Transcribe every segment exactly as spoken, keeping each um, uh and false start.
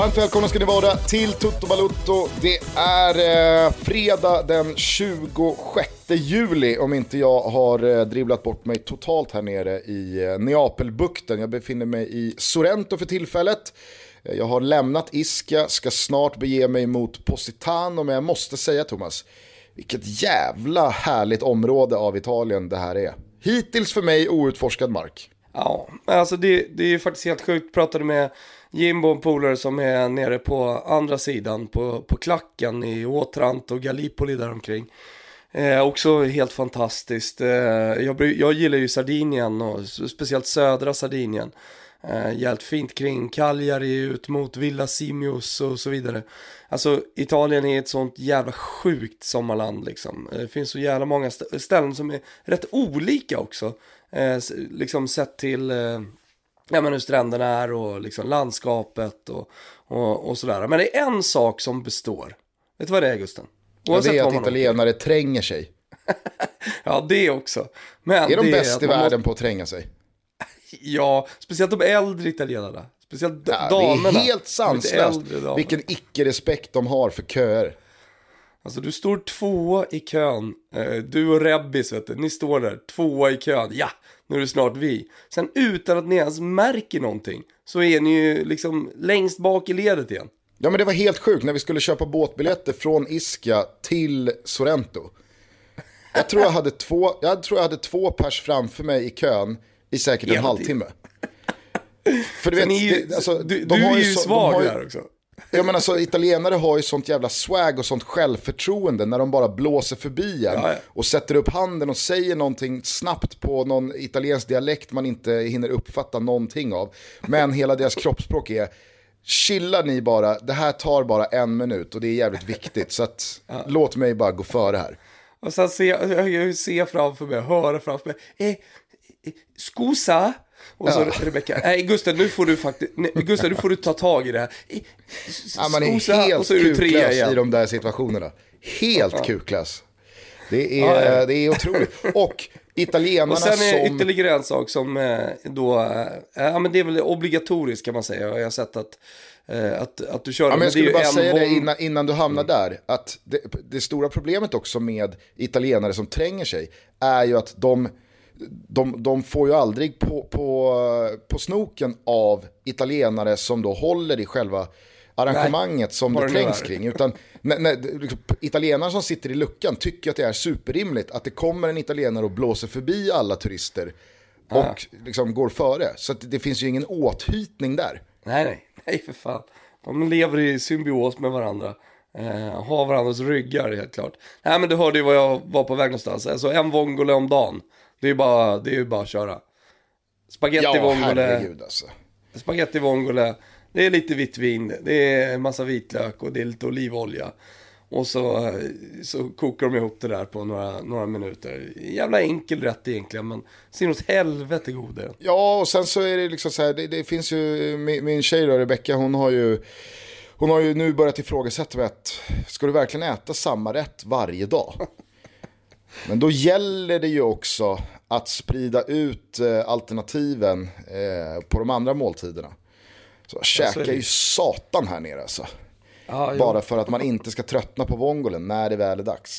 Varmt välkomna ska ni vara till Tutto Balutto. Det är eh, fredag den tjugosjätte juli, om inte jag har eh, dribblat bort mig totalt här nere i eh, Neapelbukten. Jag befinner mig i Sorrento för tillfället. Eh, jag har lämnat Ischia, ska snart bege mig mot Positano, men jag måste säga, Thomas, vilket jävla härligt område av Italien det här är. Hittills för mig outforskad mark. Ja, alltså det, det är ju faktiskt helt sjukt. Pratade med Jimbo, en polare som är nere på andra sidan på, på klacken i Otranto och Gallipoli där omkring. Eh, också helt fantastiskt. Eh, jag, jag gillar ju Sardinien och speciellt södra Sardinien. Eh, jävligt fint kring Cagliari ut mot Villa Simius och så vidare. Alltså Italien är ett sånt jävla sjukt sommarland liksom. Det finns så jävla många st- ställen som är rätt olika också. Eh, liksom sett till eh, ja, men hur stränderna är och liksom landskapet och, och, och sådär. Men det är en sak som består. Vet du vad det är, Gusten? Ja, det är att italienare åker. tränger sig. Ja, det också. Men är de det bäst är i världen måste... på att tränga sig? Ja, speciellt de äldre italienarna. Speciellt ja, damerna. Det är helt sanslöst vilken icke-respekt de har för köer. Alltså du står tvåa i kön. Du och Rebbis, vet du, ni står där, tvåa i kön. Ja, nu är det snart vi. Sen utan att ni ens märker någonting så är ni ju liksom längst bak i ledet igen. Ja, men det var helt sjukt när vi skulle köpa båtbiljetter från Ischia till Sorrento. Jag tror jag hade två, jag tror jag hade två pers framför mig i kön i säkert en halvtimme. För du vet, ju, det, alltså, du, de du har är ju ju så, svag ju, där också. Jag menar, så italienare har ju sånt jävla swag och sånt självförtroende när de bara blåser förbi en ja, ja. och sätter upp handen och säger någonting snabbt på någon italiensk dialekt man inte hinner uppfatta någonting av. Men hela deras kroppsspråk är: chilla ni bara, det här tar bara en minut och det är jävligt viktigt, så att ja. låt mig bara gå före här. Och sen ser jag ser framför mig, höra framför mig, eh, eh, scusa. Och så ja. Rebecca, nej Gustav, nu får du faktiskt, nej, Gustav, nu får du ta tag i det här. S- ja, man är Skosa, helt och så är du trea igen. I de där situationerna. Helt ja. kuklös. Det är, ja, ja. det är otroligt. Och italienarna och sen är som... ytterligare en sak som då, ja men det är väl obligatoriskt kan man säga. Jag har sett att, att, att du kör. Ja, men jag skulle bara säga vång... det innan, innan du hamnar mm. där. Att det, det stora problemet också med italienare som tränger sig är ju att de... De, de får ju aldrig på, på, på snoken av italienare som då håller i själva arrangemanget. Nej, som det trängs kring. Utan när, när, italienare som sitter i luckan tycker att det är superrimligt att det kommer en italienare och blåser förbi alla turister och ah. liksom går före. Så att det finns ju ingen åthytning där. Nej, nej, nej för fan. De lever i symbios med varandra. Eh, har varandras ryggar, helt klart. Nej, men du hörde ju vad jag var på väg någonstans. Alltså en vongole om dagen. Det är ju bara, det är ju bara att köra. Spaghetti ja, vongole. Herregud alltså. Spaghetti vongole. Det är lite vitt vin. Det är en massa vitlök och det är lite olivolja. Och så, så kokar de ihop det där på några, några minuter. Jävla enkel rätt egentligen, men ser något helvete god det. Ja, och sen så är det liksom så här, det, det finns ju, min, min tjej då, Rebecca, hon har ju hon har ju nu börjat ifrågasätta mig att ska du verkligen äta samma rätt varje dag? Men då gäller det ju också att sprida ut eh, alternativen eh, på de andra måltiderna. Så jag käkar ju satan här nere alltså. Ah, bara för att man inte ska tröttna på vongolen när det väl är dags.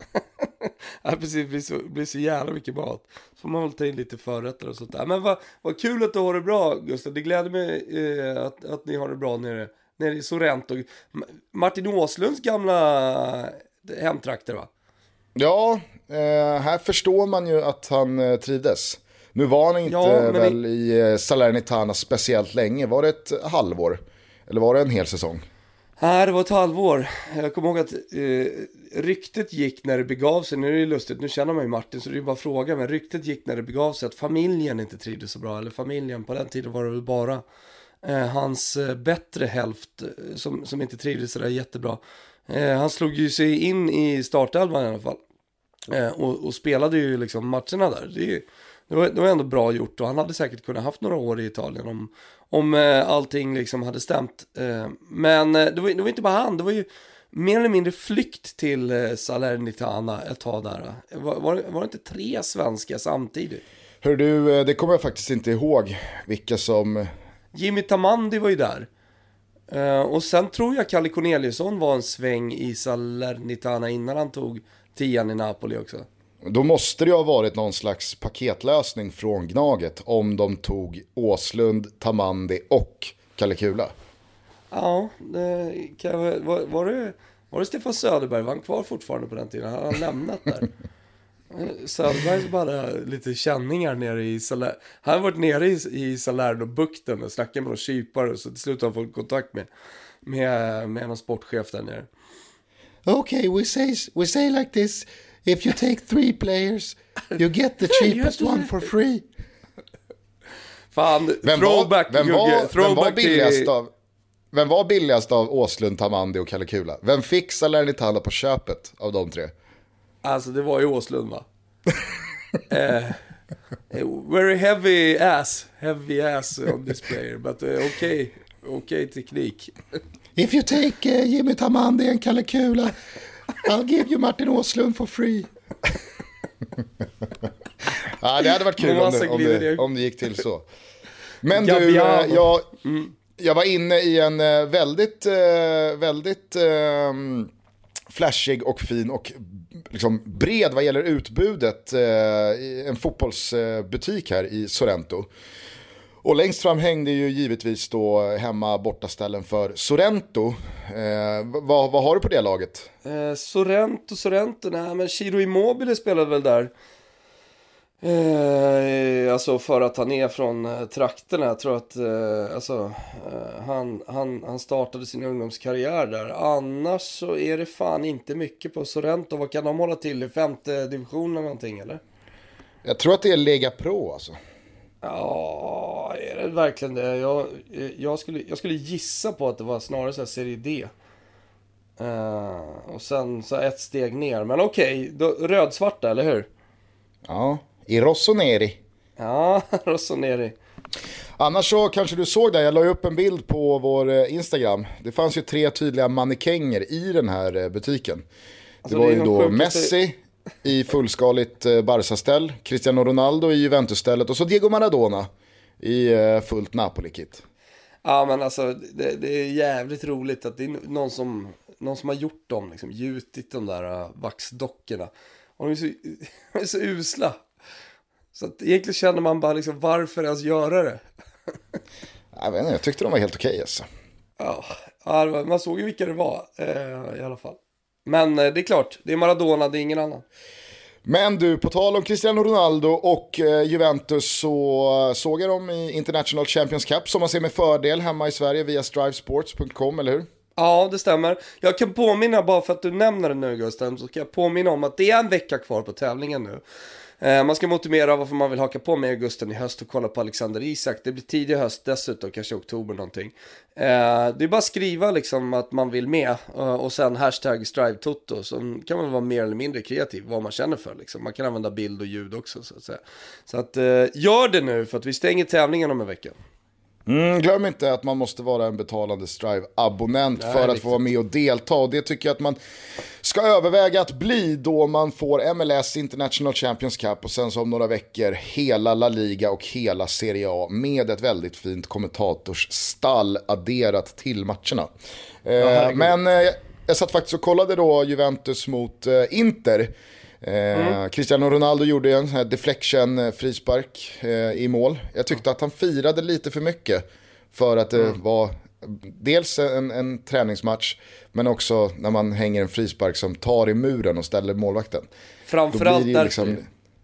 Ja, precis, det blir så, blir så jävla mycket mat. Så får man väl ta in lite förrätter och sånt där. Men vad, vad kul att du har det bra, Gustav. Det gläder mig eh, att, att ni har det bra nere, nere i Sorrento. Martin Åslunds gamla hemtrakter, va? Ja, eh, här förstår man ju att han eh, trides. Nu var han inte ja, väl i, i eh, Salernitana speciellt länge. Var det ett halvår? Eller var det en hel säsong? Nej, det var ett halvår. Jag kommer ihåg att eh, ryktet gick när det begav sig. Nu är det lustigt, nu känner man ju Martin så det är bara fråga. Men ryktet gick när det begav sig att familjen inte trivdes så bra. Eller familjen, på den tiden var det väl bara eh, hans eh, bättre hälft eh, som, som inte trivdes så där jättebra. Eh, han slog ju sig in i startelvan i alla fall. Eh, och, och spelade ju liksom matcherna där. Det, är ju, det, var, det var ändå bra gjort. Och han hade säkert kunnat haft några år i Italien om, om eh, allting liksom hade stämt. Eh, men eh, det, var, det var inte bara han. Det var ju mer eller mindre flykt till eh, Salernitana ett tag där. Var, var, var det inte tre svenskar samtidigt? Hör du, det kommer jag faktiskt inte ihåg vilka som... Jimmy Tamandi var ju där. Uh, och sen tror jag Kalle Corneliusson var en sväng i Salernitana innan han tog tian i Napoli också. Då måste det ju ha varit någon slags paketlösning från Gnaget om de tog Åslund, Tamandi och Kalle Kula. Ja, det kan jag, var, var, det, var det Stefan Söderberg? Var han kvar fortfarande på den tiden? Han har lämnat där. Söderberg bara lite känningar nere i Saler. Han har varit nere i, i Salerno-bukten och snackat med någon kypare, så till slut har han fått kontakt med, med, med någon sportchef där nere. Okay, we say, we say like this. If you take three players, you get the cheapest one for free. Fan, vem throwback, var, vem var, throwback vem var billigast till... av Vem var billigast av Åslund, Tamandi och Kalle Kula? Vem fick Salernitana på köpet av de tre? Alltså det var ju Åslund, va? uh, very heavy ass. Heavy ass on this player. But uh, okej okay. okay, teknik. If you take uh, Jimmy Tamandi and Kalle Kula, I'll give you Martin Åslund for free. Ja, det hade varit kul om det, om, det, om det gick till så. Men du, jag, jag var inne i en väldigt, väldigt um, flashig och fin och liksom bred vad gäller utbudet, uh, en fotbollsbutik här i Sorrento. Och längst fram hängde ju givetvis då hemma bortaställen för Sorrento. Eh, vad, vad har du på det laget? Eh, Sorrento, Sorrento, nej men Ciro Immobile spelade väl där. Eh, alltså för att han är från eh, trakterna. Jag tror att eh, alltså, eh, han, han, han startade sin ungdomskarriär där. Annars så är det fan inte mycket på Sorrento. Vad kan de hålla till i femte divisionen eller någonting, eller? Jag tror att det är Lega Pro alltså. Ja, är det verkligen det? Jag, jag, skulle, jag skulle gissa på att det var snarare så här serie D. Uh, och sen så ett steg ner. Men okej, okay, rödsvarta, eller hur? Ja, i Rossoneri. Ja, Rossoneri. Annars så kanske du såg där, jag la upp en bild på vår Instagram. Det fanns ju tre tydliga mannekänger i den här butiken. Alltså, det var det ju då sjukaste... Messi i fullskaligt Barca-ställ, Cristiano Ronaldo i Juventus-stället och så Diego Maradona i fullt Napoli-kit. Ja, men alltså det, det är jävligt roligt att det är någon som, någon som har gjort dem, liksom, gjutit de där uh, vaxdockorna. Och de är så, de är så usla. Så att egentligen känner man bara liksom, varför ens göra det? Jag vet inte, jag tyckte de var helt okej alltså. Ja, man såg ju vilka det var eh, i alla fall. Men eh, det är klart, det är Maradona, det är ingen annan. Men du, på tal om Cristiano Ronaldo och eh, Juventus så såg jag dem i International Champions Cup som man ser med fördel hemma i Sverige via strivesports punkt com, eller hur? Ja, det stämmer. Jag kan påminna, bara för att du nämner det nu Gustav, så kan jag påminna om att det är en vecka kvar på tävlingen nu. Eh, man ska motivera varför man vill haka på med augusten i höst och kolla på Alexander Isak. Det blir tidig höst dessutom, kanske oktober någonting. Eh, det är bara att skriva liksom att man vill med uh, och sen hashtag StriveToto, så kan man vara mer eller mindre kreativ vad man känner för liksom. Man kan använda bild och ljud också så att säga. Så att uh, gör det nu för att vi stänger tävlingen om en vecka. Mm, glöm inte att man måste vara en betalande Strive-abonnent för att riktigt. få vara med och delta. Och det tycker jag att man ska överväga att bli då man får M L S International Champions Cup och sen så om några veckor hela La Liga och hela Serie A med ett väldigt fint kommentatorsstall adderat till matcherna. Eh, men eh, jag satt faktiskt och kollade då Juventus mot eh, Inter. Eh, mm. Cristiano Ronaldo gjorde en sån här deflection frispark eh, i mål. Jag tyckte att han firade lite för mycket för att det mm. var dels en, en träningsmatch men också när man hänger en frispark som tar i muren och ställer målvakten. Framförallt därför. Liksom...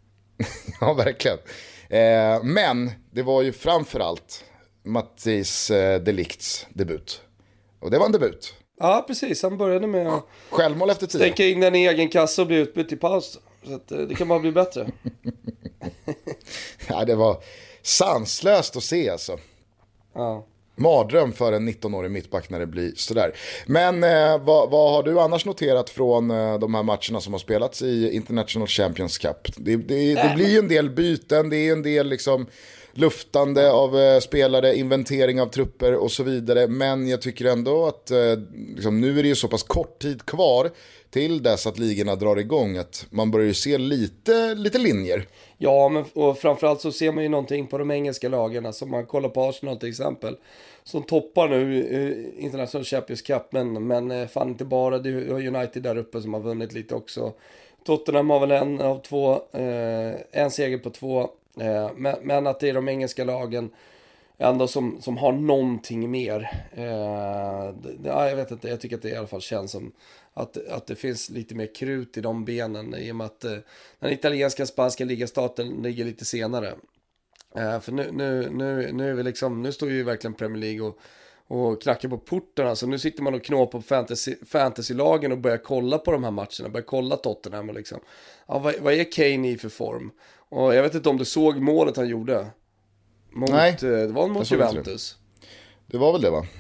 ja, verkligen. Eh, men det var ju framförallt Matthijs eh, de Ligts debut. Och det var en debut. Ja, precis. Han började med att självmål efter tio. stänka in den i egen kassa och bli utbytt i paus. Så att, det kan bara bli bättre. Ja, det var sanslöst att se alltså. Ja. Mardröm för en nittonårig mittback när det blir sådär. Men eh, vad, vad har du annars noterat från eh, de här matcherna som har spelats i International Champions Cup? Det, det, det blir ju en del byten, det är en del liksom luftande av eh, spelare, inventering av trupper och så vidare. Men jag tycker ändå att eh, liksom, nu är det ju så pass kort tid kvar till dess att ligorna drar igång att man börjar ju se lite, lite linjer. Ja, men och framförallt så ser man ju någonting på de engelska lagen. Alltså man kollar på Arsenal till exempel, som toppar nu eh, International Champions Cup, men, men eh, fan inte bara, det har United där uppe som har vunnit lite också. Tottenham har väl en av två, eh, en seger på två, eh, men, men att det är de engelska lagen ändå som, som har någonting mer. Eh, det, ja, jag vet inte, jag tycker att det i alla fall känns som att, att det finns lite mer krut i de benen, i och med att eh, den italienska spanska ligastaten ligger lite senare. Eh, för nu, nu, nu, nu är vi liksom, nu står ju verkligen Premier League och, och knackar på portarna. Så nu sitter man och knåpar på fantasy, fantasylagen och börjar kolla på de här matcherna, börjar kolla Tottenham och liksom, ja, vad, vad är Kane i för form? Och jag vet inte om du såg målet han gjorde mot, Nej, det var mot Juventus. Det. det var väl det, va?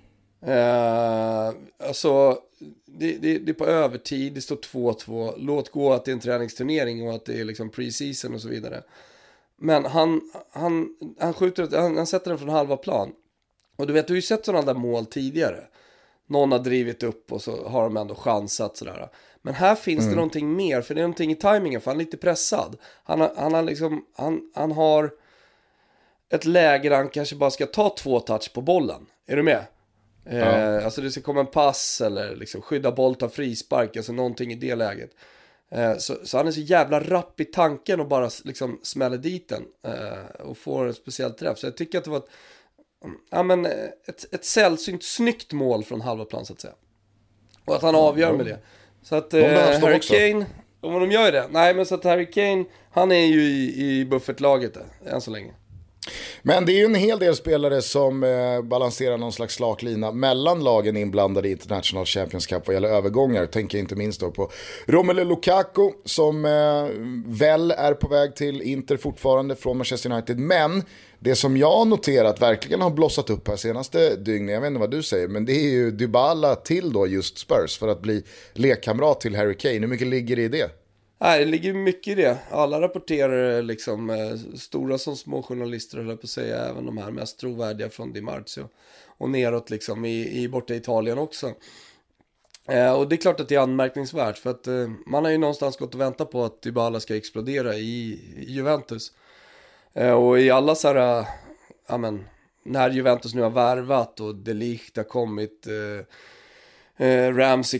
Eh, alltså det, det, det är på övertid, det står två två, låt gå att det är en träningsturnering och att det är liksom pre-season och så vidare. Men han, han, han skjuter, han, han sätter den från halva plan. Och du vet, du har ju sett sådana där mål tidigare. Någon har drivit upp och så har de ändå chansat sådär. Men här finns mm. det någonting mer, för det är någonting i timingen, för han är lite pressad. Han har, han har liksom, han, han har ett läge där han kanske bara ska ta två touch på bollen. Är du med? Ja. Eh, alltså det ska komma en pass eller liksom skydda boll, ta frispark, alltså någonting i det läget. Eh, så, så han är så jävla rapp i tanken och bara liksom smäller dit den eh, och får en speciell träff. Så jag tycker att det var ett, ja, men ett, ett sällsynt snyggt mål från halva plan så att säga. Och att han avgör med det. Så att eh, Harry Kane, om de gör det. Nej, men så att Harry Kane, han är ju i, i buffertlaget där, än så länge. Men det är ju en hel del spelare som eh, balanserar någon slags slaklina mellan lagen inblandade i International Champions Cup vad gäller övergångar. Tänker inte minst då på Romelu Lukaku som eh, väl är på väg till Inter fortfarande från Manchester United. Men det som jag noterat verkligen har blossat upp här senaste dygnet, jag vet inte vad du säger, men det är ju Dybala till då just Spurs för att bli lekkamrat till Harry Kane. Hur mycket ligger det i det? Nej, det ligger mycket i det. Alla rapporterar liksom, eh, stora som små journalister, höll jag på att säga, även de här mest trovärdiga från Di Marzio och neråt liksom i, i borta Italien också. Eh, och det är klart att det är anmärkningsvärt, för att eh, man har ju någonstans gått och väntat på att Dybala ska explodera i, i Juventus. Eh, och i alla så här, äh, amen, när Juventus nu har värvat och De Ligt har kommit, eh, eh, Ramsey.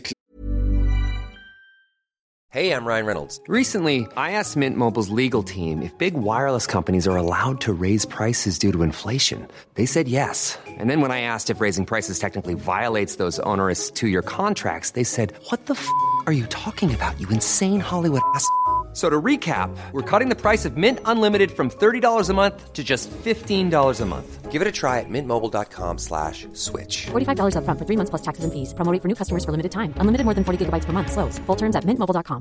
Hey, I'm Ryan Reynolds. Recently, I asked Mint Mobile's legal team if big wireless companies are allowed to raise prices due to inflation. They said yes. And then when I asked if raising prices technically violates those onerous two-year contracts, they said, what the f*** are you talking about, you insane Hollywood ass f- So to recap, we're cutting the price of Mint Unlimited from thirty dollars a month to just fifteen dollars a month. Give it a try at mintmobile.com slash switch. forty-five dollars up front for three months plus taxes and fees. Promo rate for new customers for limited time. Unlimited more than forty gigabytes per month. Slows full terms at mint mobile dot com.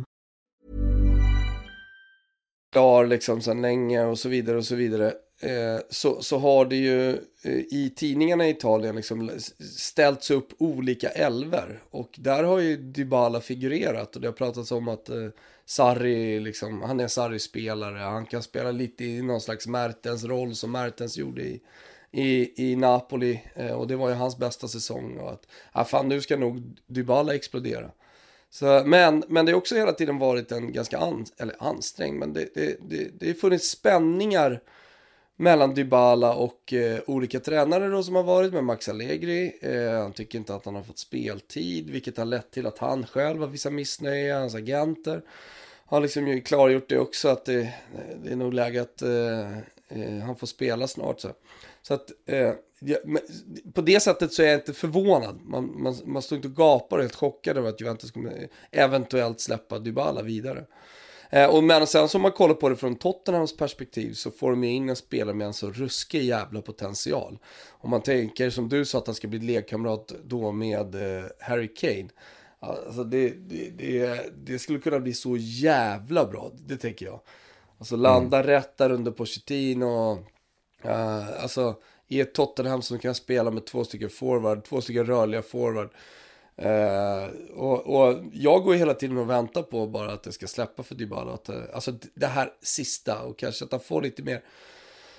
Har liksom sedan länge och så vidare och så vidare. Eh, så, så har det ju eh, i tidningarna i Italien liksom ställts upp olika elver. Och där har ju Dybala figurerat. Och det har pratats om att eh, Sarri, liksom, han är Sarri-spelare. Han kan spela lite i någon slags Mertens roll som Mertens gjorde i, i, i Napoli. Eh, och det var ju hans bästa säsong. Och att, ah, fan, nu ska nog Dybala explodera. Så, men, men det har också hela tiden varit en ganska an, eller ansträngd, men det, det, det, det har funnits spänningar mellan Dybala och eh, olika tränare då som har varit med Max Allegri. Eh, han tycker inte att han har fått speltid, vilket har lett till att han själv har vissa missnöja, hans agenter har liksom ju klargjort det också, att det, det är nog läge att eh, eh, han får spela snart. Så, så att eh, ja, men, på det sättet så är jag inte förvånad. Man, man, man står inte och gapar och helt chockad över att Juventus kommer eventuellt släppa Dybala vidare. Eh, och men sen som man kollar på det från Tottenhams perspektiv, så får de ju in en spelare med en så ruskig jävla potential. Om man tänker som du sa att han ska bli lekkamrat då med eh, Harry Kane. Alltså det, det, det, det skulle kunna bli så jävla bra, det tänker jag. Alltså landa mm. rätt där under Pochettino. Uh, alltså i ett Tottenham som kan spela med två stycken forward, två stycken rörliga forward. Uh, och, och jag går hela tiden och väntar på bara att det ska släppa för Dybala. Att, uh, alltså det här sista, och kanske att han får lite mer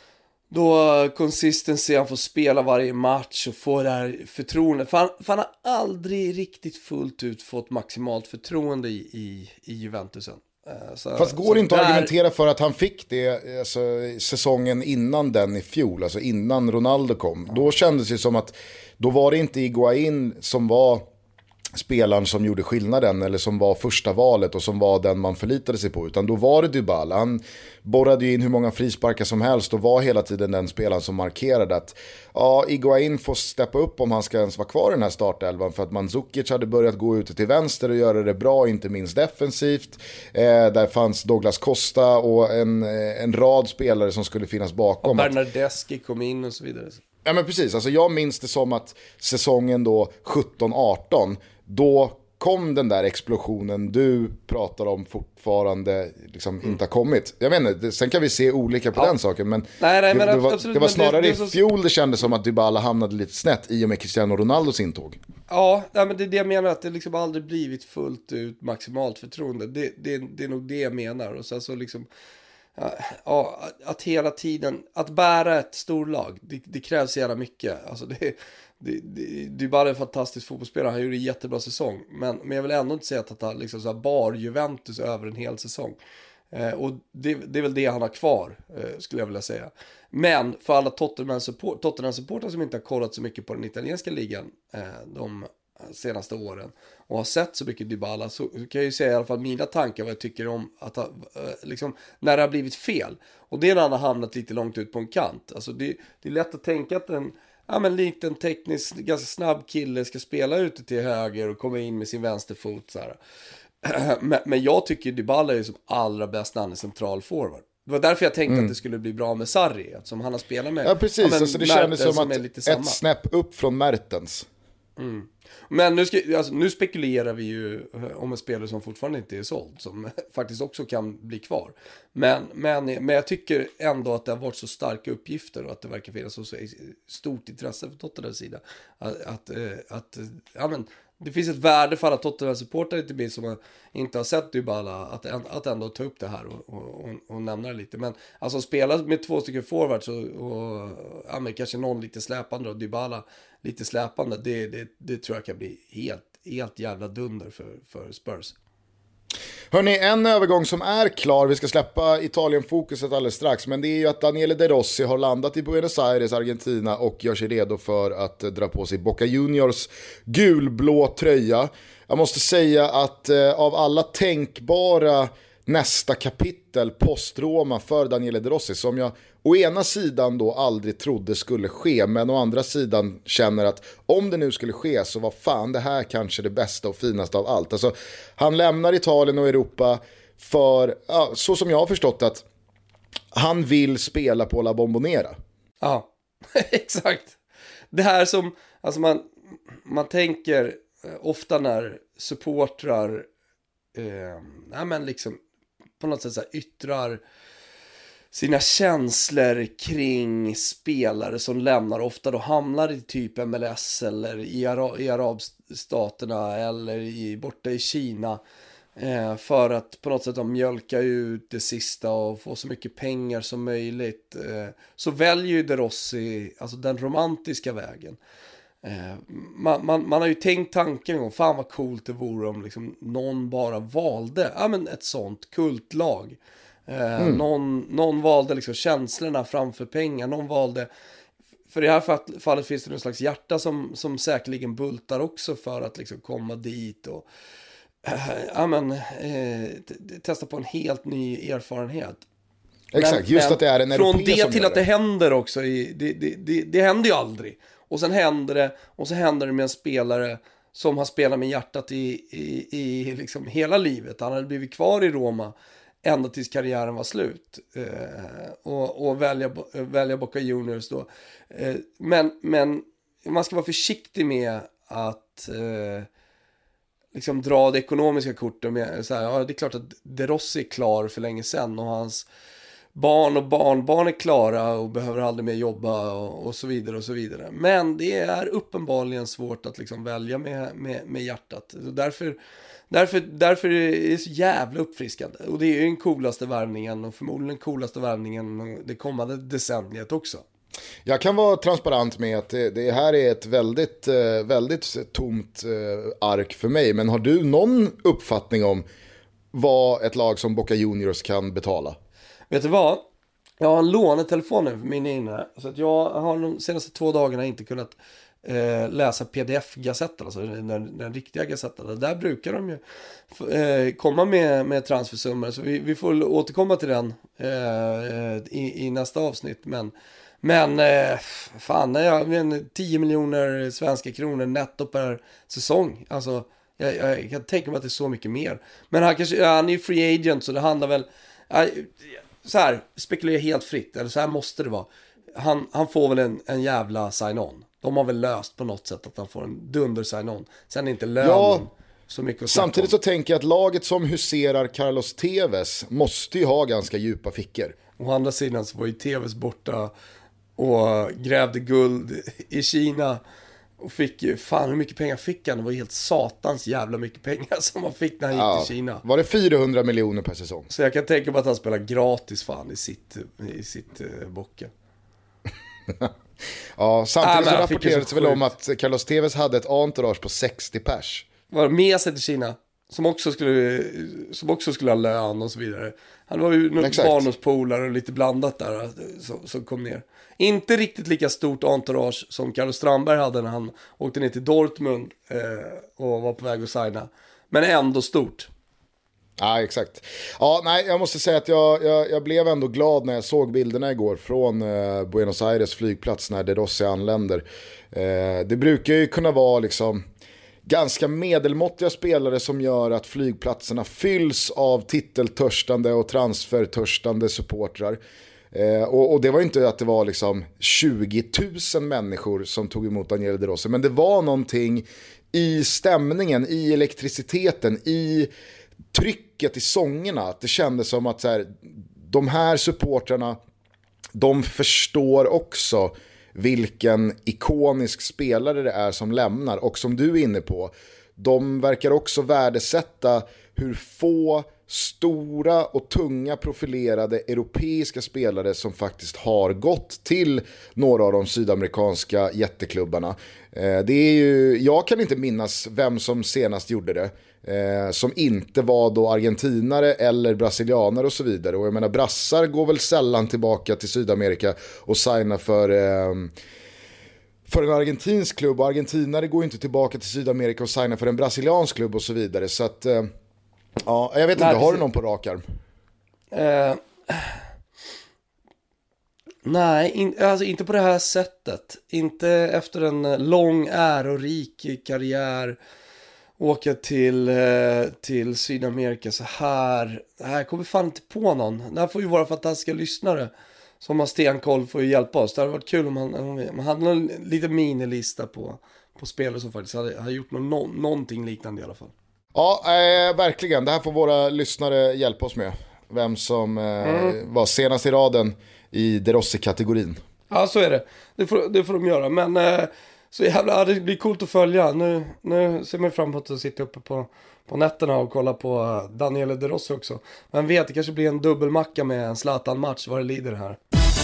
då consistency, han får spela varje match och få det här förtroendet. För han, för han har aldrig riktigt fullt ut fått maximalt förtroende i, i, i Juventusen. Så, Fast går det inte där... att argumentera för att han fick det alltså, säsongen innan den i fjol, alltså innan Ronaldo kom. Ja. Då kändes det som att då var det inte Higuaín som var spelaren som gjorde skillnaden eller som var första valet och som var den man förlitade sig på, utan då var det Dybala. Han borrade ju in hur många frisparkar som helst och var hela tiden den spelaren som markerade att ja, Higuaín får steppa upp om han ska ens vara kvar i den här startelvan, för att Mandzukic hade börjat gå ut till vänster och göra det bra, inte minst defensivt. Eh, där fanns Douglas Costa och en, en rad spelare som skulle finnas bakom. Och Bernardeschi kom in och så vidare. Ja men precis, alltså jag minns det som att säsongen då sjutton arton, då kom den där explosionen du pratar om fortfarande liksom mm. inte har kommit. Jag vet inte, sen kan vi se olika på ja. den saken, men, nej, nej, men det, det, var, absolut, det var snarare det, i det så... fjol det kändes som att Dybala hamnade lite snett i och med Cristiano Ronaldos intåg. Ja, nej, men det är det jag menar, att det liksom aldrig blivit fullt ut maximalt förtroende. Det, det, det är nog det jag menar. Och sen så liksom ja, att hela tiden att bära ett storlag, det, det krävs jävla mycket. Alltså det, det, det, det är bara en fantastisk fotbollsspelare. Han gjorde en jättebra säsong, men, men jag vill ändå inte säga att han liksom så här bar Juventus över en hel säsong. Eh, och det, det är väl det han har kvar, eh, skulle jag vilja säga. Men för alla Tottenham-support, Tottenham-supportrar som inte har kollat så mycket på den italienska ligan eh, de senaste åren och har sett så mycket Dybala, så kan jag ju säga i alla fall mina tankar vad jag tycker om att liksom, när det har blivit fel, och det är när han har hamnat lite långt ut på en kant. Alltså det, det är lätt att tänka att en ja, men liten teknisk, ganska snabb kille ska spela ute till höger och komma in med sin vänsterfot så här. men, men jag tycker Dybala är som allra bäst när han är central forward. Det var därför jag tänkte mm. att det skulle bli bra med Sarri, som han har spelat med. Ja precis, ja, alltså det kändes som, som att ett snäpp upp från Mertens. Mm. Men nu, ska, alltså, nu spekulerar vi ju om en spelare som fortfarande inte är såld, som faktiskt också kan bli kvar. Men, men, men jag tycker ändå att det har varit så starka uppgifter och att det verkar finnas så stort intresse för Tottenhams sida. Att, att, att ja, men, det finns ett värde för alla Tottenham-supportrar inte minst som inte har sett Dybala att, att ändå ta upp det här och, och, och, och nämna det lite. Men alltså spela med två stycken forwards och, och ja, men kanske någon lite släpande och Dybala lite släpande, det, det, det tror jag kan bli helt, helt jävla dunder för, för Spurs. Hörrni, en övergång som är klar, vi ska släppa Italien-fokuset alldeles strax, men det är ju att Daniele De Rossi har landat i Buenos Aires, Argentina, och gör sig redo för att dra på sig Boca Juniors gulblå tröja. Jag måste säga att eh, av alla tänkbara nästa kapitel post-Roma för Daniele De Rossi, som jag å ena sidan då aldrig trodde skulle ske, men å andra sidan känner att om det nu skulle ske så var fan det här kanske det bästa och finaste av allt. Alltså, han lämnar Italien och Europa för, ja, så som jag har förstått att han vill spela på La Bombonera. Ja, exakt. Det här som, alltså man, man tänker ofta när supportrar eh, ja, men liksom på något sätt så här yttrar sina känslor kring spelare som lämnar, ofta då hamnar i typ M L S eller i, Ara- i arabstaterna eller i, borta i Kina eh, för att på något sätt mjölka ut det sista och få så mycket pengar som möjligt, eh, så väljer ju De Rossi alltså den romantiska vägen. Eh, man, man, man har ju tänkt tanken om fan vad coolt det vore om liksom någon bara valde ja, men ett sånt kultlag. Eh, mm. någon, någon valde liksom känslorna framför pengar. Någon valde, för i det här fallet finns det någon slags hjärta som, som säkerligen bultar också för att liksom komma dit och eh, ja, men, eh, t- testa på en helt ny erfarenhet. Exakt, men, just men att det är en från europé det som till gör att det händer också i, det, det, det, det händer ju aldrig. Och sen händer det, och så händer det med en spelare som har spelat med hjärtat i, i, i liksom hela livet. Han hade blivit kvar i Roma ända tills karriären var slut. Eh, och och välja, välja Boca Juniors då. Eh, men, men man ska vara försiktig med att eh, liksom dra det ekonomiska kortet med så här, ja, det är klart att De Rossi är klar för länge sedan och hans barn och barnbarn är klara och behöver aldrig mer jobba och, och så vidare och så vidare. Men det är uppenbarligen svårt att liksom välja med, med, med hjärtat. Så därför, Därför, därför är det så jävla uppfriskande. Och det är ju den coolaste värvningen och förmodligen den coolaste värvningen det kommande decenniet också. Jag kan vara transparent med att det, det här är ett väldigt, väldigt tomt ark för mig. Men har du någon uppfattning om vad ett lag som Boca Juniors kan betala? Vet du vad? Jag har en lånetelefon nu för min inne. Så att jag har de senaste två dagarna inte kunnat eh, läsa P D F-gazetten. Alltså den, den riktiga gazetten. Där brukar de ju eh, komma med, med transfersummor. Så vi, vi får återkomma till den eh, i, i nästa avsnitt. Men, men eh, fan, jag men tio miljoner svenska kronor netto per säsong. Alltså jag, jag kan tänka mig att det är så mycket mer. Men han, kanske, han är ju free agent så det handlar väl... Jag, så här, spekulerar helt fritt, eller så här måste det vara. Han, han får väl en, en jävla sign-on. De har väl löst på något sätt att han får en dunder sign-on. Sen är inte lönen ja, så mycket att samtidigt så tänker jag att laget som huserar Carlos Tevez måste ju ha ganska djupa fickor. Å andra sidan så var ju Tevez borta och grävde guld i Kina. Och fick ju, fan hur mycket pengar fick han? Det var helt satans jävla mycket pengar som han fick när han ja, gick till Kina. Var det fyrahundra miljoner per säsong? Så jag kan tänka mig att han spelar gratis fan i sitt, i sitt uh, Boca. Ja, samtidigt ah, så rapporterades väl om att Carlos Tevez hade ett entourage på sextio pers. Var det med sig till Kina? Som också skulle, som också skulle ha lön och så vidare. Han var ju någon barndomspolare och lite blandat där som, som kom ner. Inte riktigt lika stort entourage som Carlos Strandberg hade när han åkte ner till Dortmund eh, och var på väg att signa. Men ändå stort. Ja, exakt. Ja, nej, jag måste säga att jag, jag, jag blev ändå glad när jag såg bilderna igår från eh, Buenos Aires flygplats när De Rossi anländer. Eh, det brukar ju kunna vara liksom ganska medelmåttiga spelare som gör att flygplatserna fylls av titeltörstande och transfertörstande supportrar. Eh, och, och det var inte att det var liksom tjugo tusen människor som tog emot Daniele De Rossi, men det var någonting i stämningen, i elektriciteten, i trycket i sångerna, att det kändes som att så här, de här supportrarna, de förstår också vilken ikonisk spelare det är som lämnar, och som du är inne på, de verkar också värdesätta hur få stora och tunga profilerade europeiska spelare som faktiskt har gått till några av de sydamerikanska jätteklubbarna. Det är ju, jag kan inte minnas vem som senast gjorde det, som inte var då argentinare eller brasilianare och så vidare. Och jag menar, brassar går väl sällan tillbaka till Sydamerika och signar för för en argentinsk klubb, och argentinare går inte tillbaka till Sydamerika och signar för en brasiliansk klubb och så vidare. Så att ja, jag vet inte, nej, har du någon på rak arm? Uh, nej, in, alltså inte på det här sättet. Inte efter en lång ärorik karriär åka till, uh, till Sydamerika så här. Det här kommer fan inte på någon. Det här får ju vara fantastiska lyssnare som har stenkoll för att hjälpa oss. Det hade varit kul om man, om man hade någon liten minilista på, på spelare som faktiskt hade, hade gjort någon, någonting liknande i alla fall. Ja, eh, verkligen. Det här får våra lyssnare hjälpa oss med. Vem som eh, mm. var senast i raden i De Rossi-kategorin. Ja, så är det. Det får, det får de göra. Men eh, så jävla, det blir coolt att följa. Nu, nu ser man fram emot att sitta uppe på, på nätterna och kolla på Daniele De Rossi också. Men vet, det kanske blir en dubbelmacka med en Zlatan-match vad det lider här.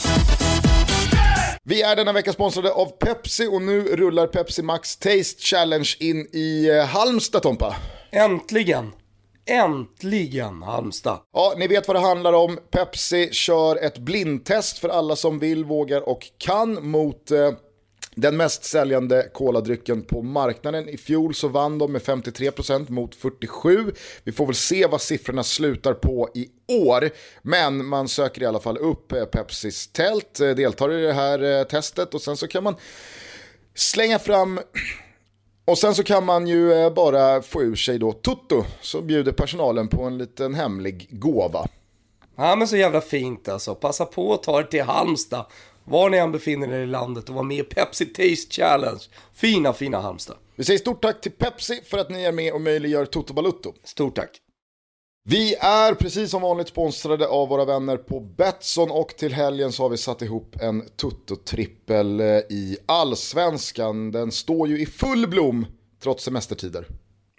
Vi är denna vecka sponsrade av Pepsi, och nu rullar Pepsi Max Taste Challenge in i Halmstad, Tompa. Äntligen! Äntligen Halmstad. Ja, ni vet vad det handlar om. Pepsi kör ett blindtest för alla som vill, vågar och kan mot eh, den mest säljande koladrycken på marknaden. I fjol så vann de med femtiotre procent mot fyrtiosju. Vi får väl se vad siffrorna slutar på i år. Men man söker i alla fall upp eh, Pepsis tält, eh, deltar i det här eh, testet, och sen så kan man slänga fram... Och sen så kan man ju bara få ur sig då Tutto, så bjuder personalen på en liten hemlig gåva. Ja, men så jävla fint alltså. Passa på att ta er till Halmstad, var ni än befinner er i landet, och var med i Pepsi Taste Challenge. Fina, fina Halmstad. Vi säger stort tack till Pepsi för att ni är med och möjliggör Toto Balutto. Stort tack. Vi är precis som vanligt sponsrade av våra vänner på Betsson, och till helgen så har vi satt ihop en Tutto-trippel i Allsvenskan. Den står ju i full blom trots semestertider.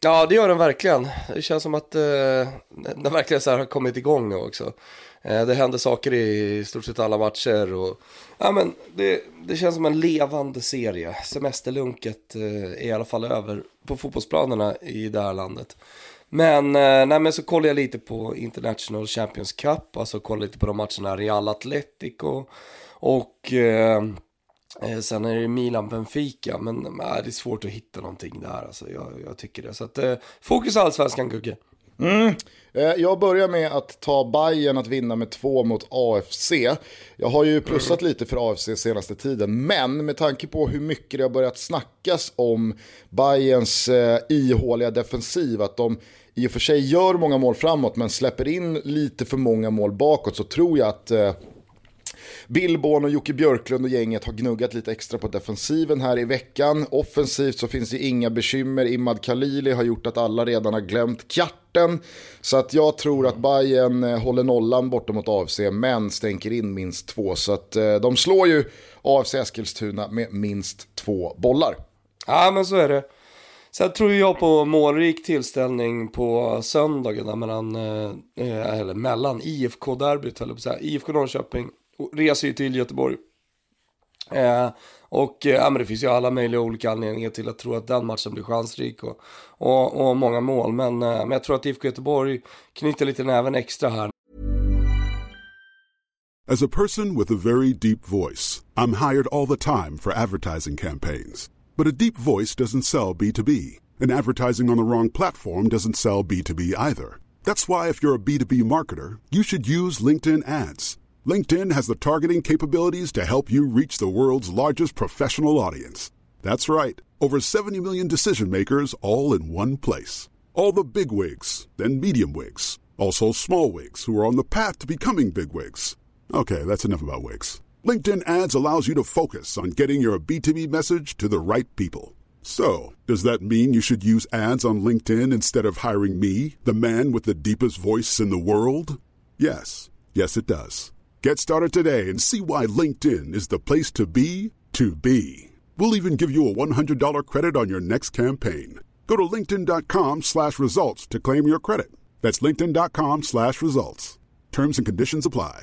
Ja, det gör den verkligen. Det känns som att eh, den verkligen så här har kommit igång nu också. Eh, det händer saker i stort sett alla matcher. Och, ja, men det, det känns som en levande serie. Semesterlunket eh, är i alla fall över på fotbollsplanerna i det här landet. Men, eh, nej, men så kollar jag lite på International Champions Cup. Alltså kollar lite på de matcherna Real Atletico. Och... Eh, Eh, sen är det Milan-Benfica, men äh, det är svårt att hitta någonting där. Alltså, jag, jag tycker det. Så att, eh, fokus allsvenskan, Gugge. Mm. Eh, jag börjar med att ta Bayern att vinna med två mot A F C. Jag har ju plussat mm. lite för A F C senaste tiden, men med tanke på hur mycket det har börjat snackas om Bayerns eh, ihåliga defensiv, att de i och för sig gör många mål framåt men släpper in lite för många mål bakåt, så tror jag att... Eh, Billborn och Jocke Björklund och gänget har gnuggat lite extra på defensiven här i veckan. Offensivt så finns det inga bekymmer. Imad Khalili har gjort att alla redan har glömt kjarten. Så att jag tror att Bayern håller nollan borta mot A F C, men stänker in minst två. Så att eh, de slår ju A F C Eskilstuna med minst två bollar. Ja, men så är det. Sen tror jag på målrik tillställning på söndagen mellan, eh, eller mellan I F K-derbyt, eller så här, I F K Norrköping reser ju till Göteborg. Eh, och eh, men det finns ju alla möjliga olika anledningar till att tro att den matchen blir chansrik och, och, och många mål. Men, eh, men jag tror att I F K Göteborg knyter lite näven extra här. As a person with a very deep voice, I'm hired all the time for advertising campaigns. But a deep voice doesn't sell B two B. And advertising on the wrong platform doesn't sell B two B either. That's why if you're a B two B marketer, you should use LinkedIn ads. LinkedIn has the targeting capabilities to help you reach the world's largest professional audience. That's right, over seventy million decision makers all in one place. All the big wigs, then medium wigs, also small wigs who are on the path to becoming big wigs. Okay, that's enough about wigs. LinkedIn ads allows you to focus on getting your B two B message to the right people. So, does that mean you should use ads on LinkedIn instead of hiring me, the man with the deepest voice in the world? Yes. Yes, it does. Get started today and see why LinkedIn is the place to be to be. We'll even give you a one hundred dollars credit on your next campaign. Go to linkedin.com slash results to claim your credit. That's linkedin.com slash results. Terms and conditions apply.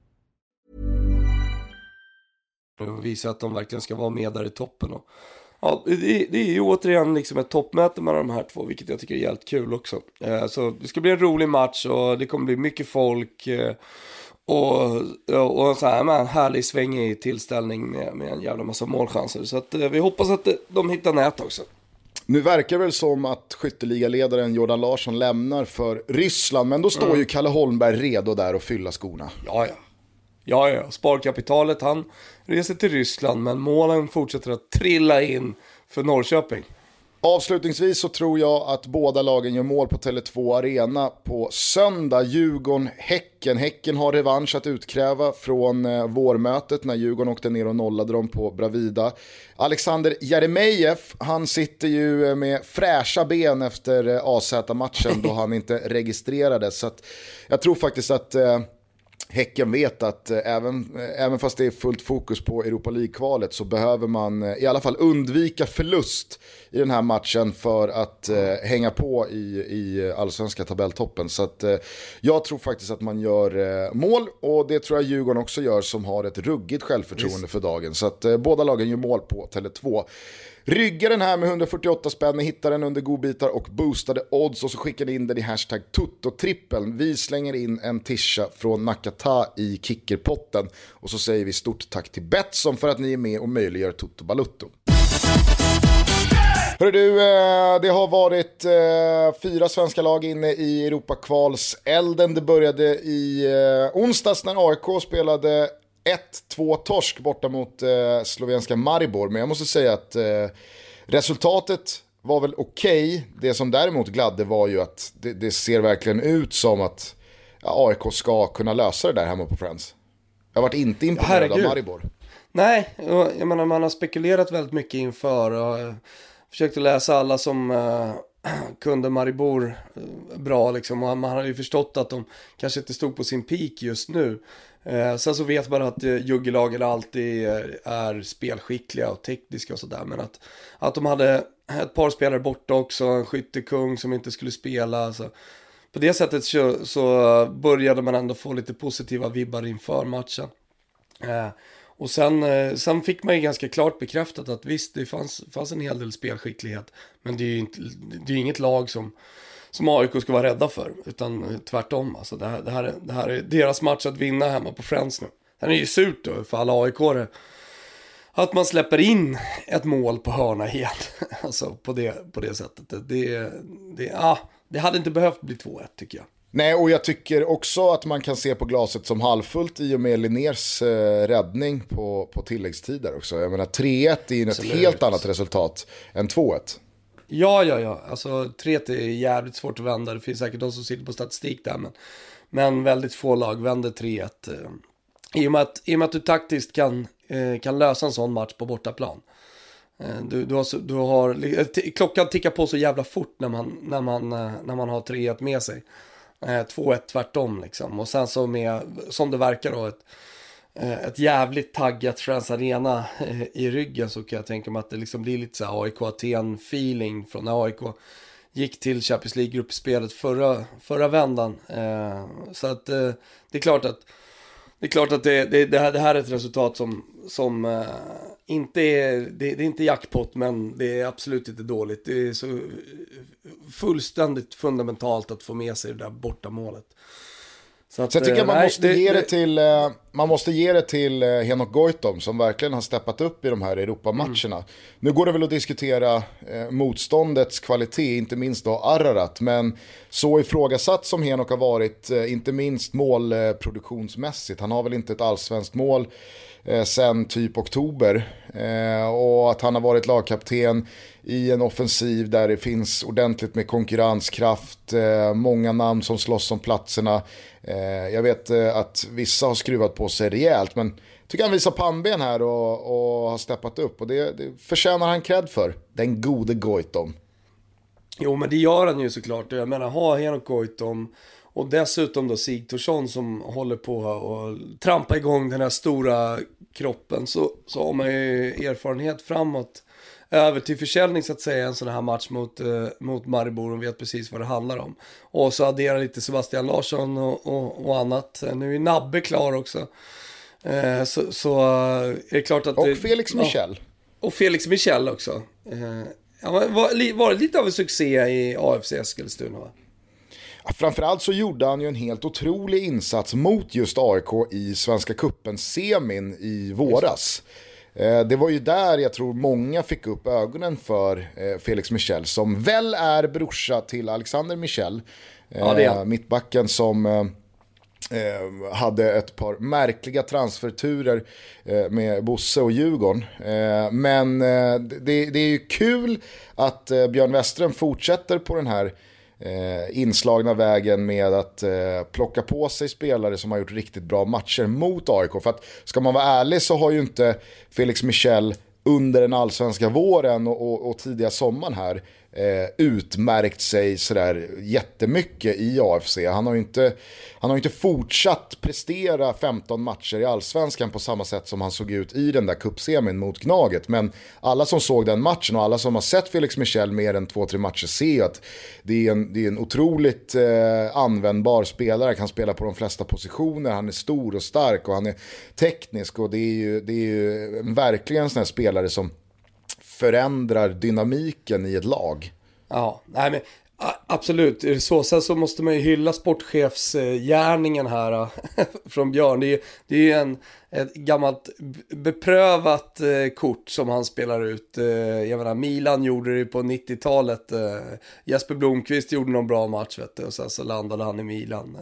Och visa att de verkligen ska vara med där i toppen. Och, ja, det, det är ju återigen liksom ett toppmöte med de här två, vilket jag tycker är helt kul också. Eh, så det ska bli en rolig match och det kommer bli mycket folk. Eh, Och, och så här med en härlig svängig tillställning med, med en jävla massa målchanser. Så att, eh, vi hoppas att de hittar nät också. Nu verkar väl som att skytteligaledaren Jordan Larsson lämnar för Ryssland. Men då står mm. ju Kalle Holmberg redo där och fylla skorna. Ja, ja. Ja, ja. Sparkapitalet, han reser till Ryssland. Men målen fortsätter att trilla in för Norrköping. Avslutningsvis så tror jag att båda lagen gör mål på Tele två Arena på söndag. Djurgården-Häcken. Häcken har revansch att utkräva från eh, vårmötet när Djurgården åkte ner och nollade dem på Bravida. Alexander Jeremejeff, han sitter ju med fräscha ben efter eh, A Z-matchen då han inte registrerades. Så att jag tror faktiskt att... Eh, Häcken vet att eh, även, eh, även fast det är fullt fokus på Europa League-kvalet så behöver man eh, i alla fall undvika förlust i den här matchen för att eh, hänga på i, i allsvenska tabelltoppen. Så att, eh, jag tror faktiskt att man gör eh, mål, och det tror jag Djurgården också gör som har ett ruggigt självförtroende Visst. för dagen. Så att eh, båda lagen gör mål på Tele två. Rygga den här med hundrafyrtioåtta spänn, hittar den under godbitar och boostade odds och så skickar ni in den i hashtag tuttotrippeln. Vi slänger in en tisha från Nakata i kickerpotten och så säger vi stort tack till Betsson för att ni är med och möjliggör Tutto Balutto. Hörru du, det har varit fyra svenska lag inne i Europakvalselden. Det började i onsdags när A I K spelade ett två torsk borta mot eh, slovenska Maribor. Men jag måste säga att eh, resultatet var väl okej. Okay. Det som däremot gladde var ju att det, det ser verkligen ut som att ja, A I K ska kunna lösa det där hemma på Friends. Jag har varit inte imponerad ja, av Maribor. Nej, jag menar man har spekulerat väldigt mycket inför och eh, försökte läsa alla som eh, kunde Maribor eh, bra liksom. Och man har ju förstått att de kanske inte stod på sin peak just nu. Eh, sen så vet man att eh, juggelagen alltid är, är spelskickliga och tekniska och sådär. Men att, att de hade ett par spelare borta också, en skyttekung som inte skulle spela. Så på det sättet så, så började man ändå få lite positiva vibbar inför matchen. Eh, och sen, eh, sen fick man ju ganska klart bekräftat att visst, det fanns, fanns en hel del spelskicklighet. Men det är ju inte, det är inget lag som, som A I K ska vara rädda för, utan tvärtom. Alltså det, här, det, här är, det här är deras match att vinna hemma på Friends nu. Den är ju surt då för alla A I K-are. Att man släpper in ett mål på hörna igen. Alltså på det, på det sättet. Det, det, ah, det hade inte behövt bli två ett tycker jag. Nej, och jag tycker också att man kan se på glaset som halvfullt i och med Linnés eh, räddning på, på tilläggstider också. Jag menar tre ett är ju ett helt annat resultat än två ett. Ja, ja, ja. Alltså tre ett är jävligt svårt att vända. Det finns säkert de som sitter på statistik där. Men, men väldigt få lag vänder tre ett. Eh, i, och med att, I och med att du taktiskt kan, eh, kan lösa en sån match på bortaplan. Eh, du, du har, du har, t- klockan tickar på så jävla fort när man, när man, eh, när man har tre ett med sig. två ett tvärtom liksom. Och sen så med, som det verkar då, ett, ett jävligt taggat Friends Arena i ryggen, så kan jag tänka mig att det liksom blir lite så här A I K Aten feeling från när A I K gick till Champions League-gruppspelet förra, förra vändan. Så att det är klart att det är klart att det, det, det, här, det här är ett resultat som, som inte är, det, det är inte jackpot, men det är absolut inte dåligt. Det är så fullständigt fundamentalt att få med sig det där borta målet. Så, att, så jag tycker att man, nej, måste det, ge det det, till, man måste ge det till Henok Goitom som verkligen har steppat upp i de här Europamatcherna. Mm. Nu går det väl att diskutera eh, motståndets kvalitet, inte minst då Ararat, men så ifrågasatt som Henok har varit, eh, inte minst målproduktionsmässigt. Han har väl inte ett allsvenskt mål eh, sen typ oktober, eh, och att han har varit lagkapten i en offensiv där det finns ordentligt med konkurrenskraft, eh, många namn som slåss om platserna. Eh, jag vet eh, att vissa har skruvat på sig rejält, men tycker han visar pannben här och, och har steppat upp, och det, det förtjänar han cred för, den gode Goitom. Jo, men det gör han ju såklart. Jag menar, ha Henok Goitom och dessutom då Sigthorsson som håller på och trampa igång den här stora kroppen, så, så har man ju erfarenhet framåt över till försäljning så att säga, en sån här match mot, eh, mot Maribor, och vet precis vad det handlar om. Och så adderar lite Sebastian Larsson och, och, och annat. Nu är Nabbe klar också. Eh, så, så är det klart att... Och det, Felix Michel. Ja, och Felix Michel också. Eh, ja, var, var det lite av en succé i A F C Eskilstuna, va? Ja, framförallt så gjorde han ju en helt otrolig insats mot just A I K i Svenska Cupen-semin i våras. Det var ju där jag tror många fick upp ögonen för Felix Michel, som väl är brorsa till Alexander Michel, ja, det är. Mittbacken som hade ett par märkliga transferturer med Bosse och Djurgården. Men det, det är ju kul att Björn Westerholm fortsätter på den här Eh, inslagna vägen med att eh, plocka på sig spelare som har gjort riktigt bra matcher mot A I K. För att ska man vara ärlig så har ju inte Felix Michel under den allsvenska våren och, och, och tidiga sommaren här eh, utmärkt sig sådär jättemycket i A F C. Han har ju inte, han har inte fortsatt prestera femton matcher i allsvenskan på samma sätt som han såg ut i den där cupsemin mot Gnaget. Men alla som såg den matchen och alla som har sett Felix Michel mer än två, tre matcher ser att det är en, det är en otroligt eh, användbar spelare. Kan spela på de flesta positioner. Han är stor och stark och han är teknisk, och det är ju, det är ju verkligen en sån här spelare som förändrar dynamiken i ett lag. Ja, nej men absolut. Så, sen så måste man ju hylla sportchefsgärningen här från Björn. Det är ju det är en, ett gammalt beprövat kort som han spelar ut. Jag menar, Milan gjorde det på nittiotalet. Jesper Blomqvist gjorde någon bra match, vet du, och sen så landade han i Milan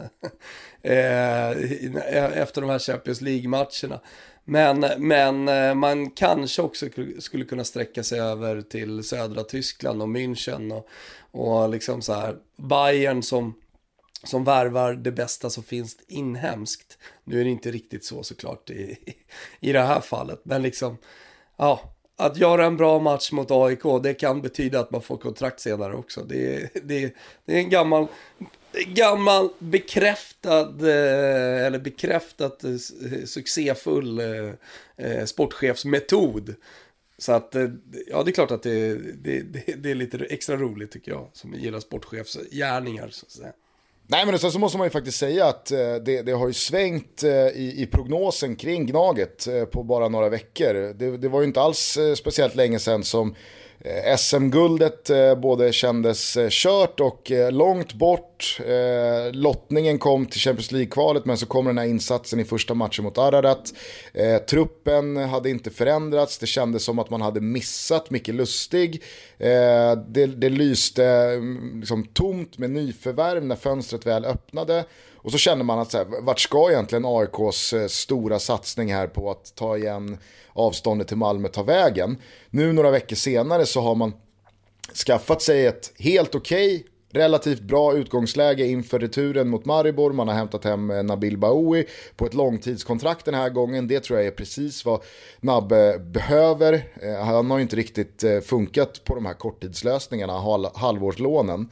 efter de här Champions League-matcherna. Men, men man kanske också skulle kunna sträcka sig över till södra Tyskland och München och, och liksom så här Bayern som, som värvar det bästa som finns inhemskt. Nu är det inte riktigt så såklart i, i det här fallet, men liksom ja, att göra en bra match mot A I K, det kan betyda att man får kontrakt senare också. Det, det, det är en gammal gammal bekräftad eller bekräftat succéfull sportchefsmetod Så att, ja det är klart att det, det, det, det är lite extra roligt tycker jag, som gillar sportchefsgärningar så att säga. Nej, men sen så måste man ju faktiskt säga att det, det har ju svängt i, i prognosen kring Gnaget på bara några veckor. Det, det var ju inte alls speciellt länge sedan som S M-guldet både kändes kört och långt bort. Lottningen kom till Champions League-kvalet, men så kommer den här insatsen i första matchen mot Ararat. Truppen hade inte förändrats. Det kändes som att man hade missat Micke Lustig. Det, det lyste liksom tomt med nyförvärv när fönstret väl öppnade. Och så känner man att så här, vart ska egentligen A I K:s stora satsning här på att ta igen avståndet till Malmö ta vägen? Nu några veckor senare så har man skaffat sig ett helt okej, okay, relativt bra utgångsläge inför returen mot Maribor. Man har hämtat hem Nabil Bahoui på ett långtidskontrakt den här gången. Det tror jag är precis vad Nabbe behöver. Han har ju inte riktigt funkat på de här korttidslösningarna, halvårslånen.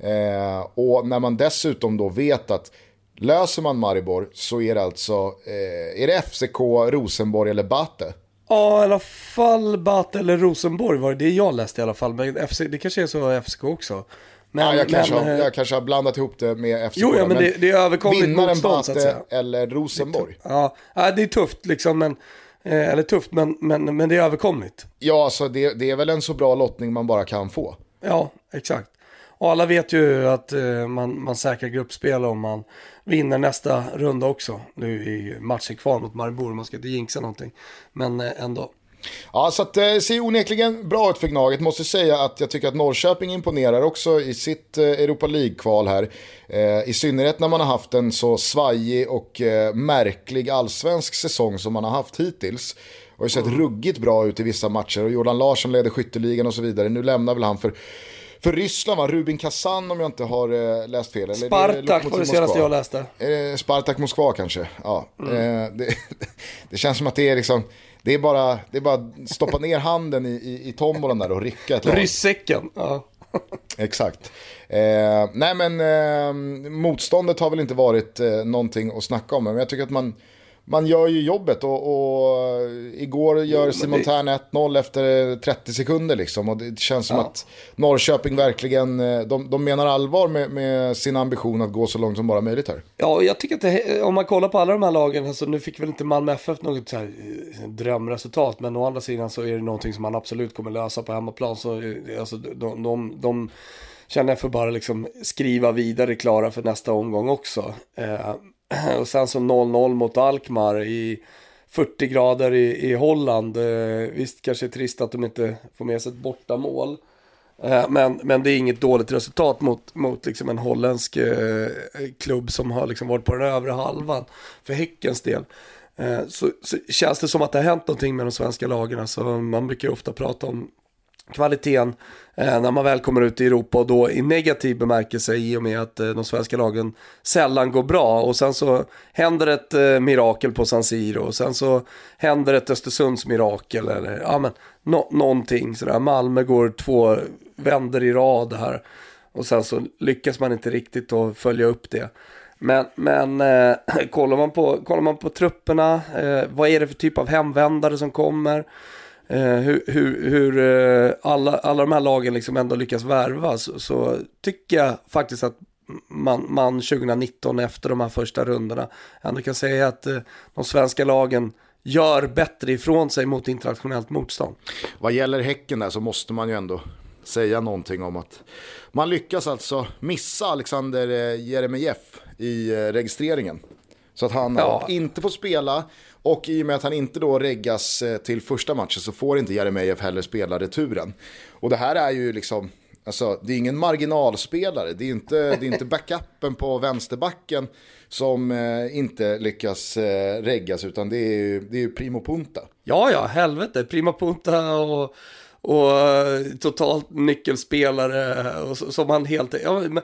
Och när man dessutom då vet att löser man Maribor så är det alltså är det F C K, Rosenborg eller Bate? Ja, i alla fall Bate eller Rosenborg var det, det jag läste i alla fall. Men F C, det kanske är så F C K också. Men, ja, jag, kanske men, har, jag kanske har blandat ihop det med F C K. Jo, ja, men, men det, det är överkomligt motstånd så att säga. Eller Rosenborg. Det ja, ja, det är tufft liksom, men, eh, eller tufft, men, men, men det är överkomligt. Ja, alltså det, det är väl en så bra lottning man bara kan få. Ja, exakt. Och alla vet ju att eh, man, man säkrar gruppspel om man vinner nästa runda också. Nu är matchen kvar mot Maribor, man ska inte jinxa någonting. Men eh, ändå. Ja, så att det eh, ser onekligen bra ut för Gnaget. Måste säga att jag tycker att Norrköping imponerar också i sitt eh, Europa League-kval här. Eh, I synnerhet när man har haft en så svajig och eh, märklig allsvensk säsong som man har haft hittills. Och har ju sett mm. ruggigt bra ut i vissa matcher. Och Jordan Larsson leder skytteligan och så vidare. Nu lämnar väl han för... För Ryssland var Rubin Kazan, om jag inte har eh, läst fel. Eller Spartak det var det senaste jag läste. Eh, Spartak Moskva kanske. Ja. Mm. Eh, det, det känns som att det är liksom... Det är bara, det är bara stoppa ner handen i, i, i tombolen där och rycka ett lag. Ryssäcken, ja. Exakt. Eh, nej men eh, motståndet har väl inte varit eh, någonting att snacka om. Men jag tycker att man... Man gör ju jobbet och, och igår gör jo, Simon det... Tern ett noll efter trettio sekunder liksom. Och det känns som ja. att Norrköping verkligen, de, de menar allvar med, med sin ambition att gå så långt som bara möjligt här. Ja, jag tycker att det, om man kollar på alla de här lagen, alltså, nu fick väl inte Malmö F F något så här drömresultat, men å andra sidan så är det någonting som man absolut kommer lösa på hemmaplan. Så, alltså, de, de, de känner jag för bara liksom skriva vidare klara för nästa omgång också. Eh, Och sen så noll noll mot Alkmaar i fyrtio grader i, i Holland. Eh, visst kanske är trist att de inte får med sig ett bortamål. Eh, men, men det är inget dåligt resultat mot, mot liksom en holländsk eh, klubb som har liksom varit på den övre halvan för Häckens del. Eh, så, så känns det som att det har hänt någonting med de svenska lagen. Alltså, man brukar ofta prata om kvaliteten eh, när man väl kommer ut i Europa, och då i negativ bemärkelse i och med att eh, de svenska lagen sällan går bra, och sen så händer ett eh, mirakel på San Siro, och sen så händer ett Östersunds mirakel eller ja men no- någonting sådär. Malmö går två vänder i rad här och sen så lyckas man inte riktigt att följa upp det. Men, men eh, kollar man på, kollar man på trupperna, eh, vad är det för typ av hemvändare som kommer? Uh, hur hur, hur uh, alla, alla de här lagen liksom ändå lyckas värva, så, så tycker jag faktiskt att man, man tjugonitton efter de här första rundorna ändå kan säga att uh, de svenska lagen gör bättre ifrån sig mot internationellt motstånd. Vad gäller Häcken där så måste man ju ändå säga någonting om att man lyckas alltså missa Alexander Jeremejeff i registreringen. Så att han ja. inte får spela. Och i och med att han inte då reggas till första matchen så får inte Jeremejeff heller spela returen. Och det här är ju liksom, alltså det är ingen marginalspelare. Det är inte, det är inte backupen på vänsterbacken som eh, inte lyckas eh, reggas, utan det är ju, det är ju Primo Punta. Ja, ja, helvete. Primo Punta och, och totalt nyckelspelare och, som han helt... Ja, men,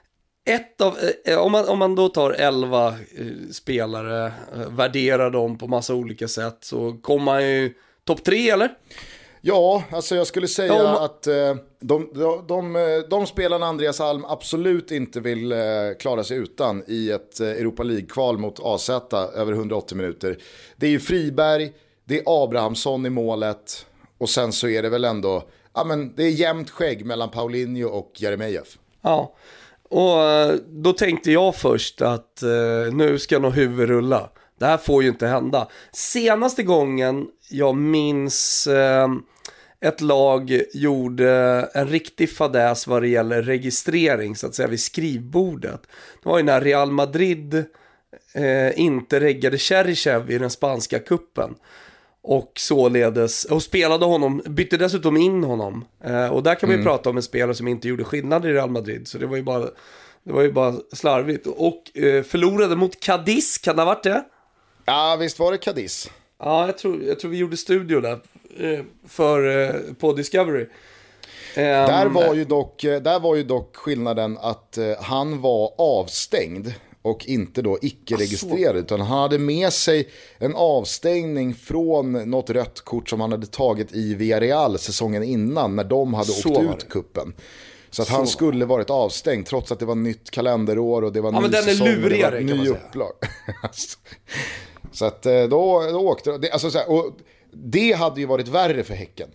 Ett av, om, man, om man då tar elva eh, spelare, eh, värderar dem på massa olika sätt, så kommer man ju topp tre, eller? Ja, alltså jag skulle säga ja, man... att eh, de, de, de, de spelarna Andreas Alm absolut inte vill eh, klara sig utan i ett eh, Europa League-kval mot A Z över hundraåttio minuter. Det är ju Friberg, det är Abrahamsson i målet Och sen så är det väl ändå, ja men det är jämnt skägg mellan Paulinho och Jeremejeff. Ja, och då tänkte jag först att eh, nu ska nog huvud rulla. Det här får ju inte hända. Senaste gången jag minns eh, ett lag gjorde en riktig fadäs vad det gäller registrering så att säga vid skrivbordet. Det var ju när Real Madrid eh, inte reggade Cherchev i den spanska kuppen. Och således, och spelade honom, bytte dessutom in honom. Eh, och där kan man ju mm. prata om en spelare som inte gjorde skillnad i Real Madrid. Så det var ju bara, det var ju bara slarvigt. Och eh, förlorade mot Cadiz, kan det ha varit det? Ja, visst var det Cadiz. Ja, jag tror, jag tror vi gjorde studio där eh, för, eh, på Discovery. Um, där, var ju dock, där var ju dock skillnaden att eh, han var avstängd. Och inte då icke-registrerad, utan han hade med sig en avstängning från något rött kort som han hade tagit i Villarreal säsongen innan när de hade så åkt ut kuppen. Så att så han skulle varit avstängd trots att det var nytt kalenderår och det var ja, ny men den säsong är lurigare, och det var ny upplag. Så att då, då åkte det, alltså så här, och det hade ju varit värre för Häcken.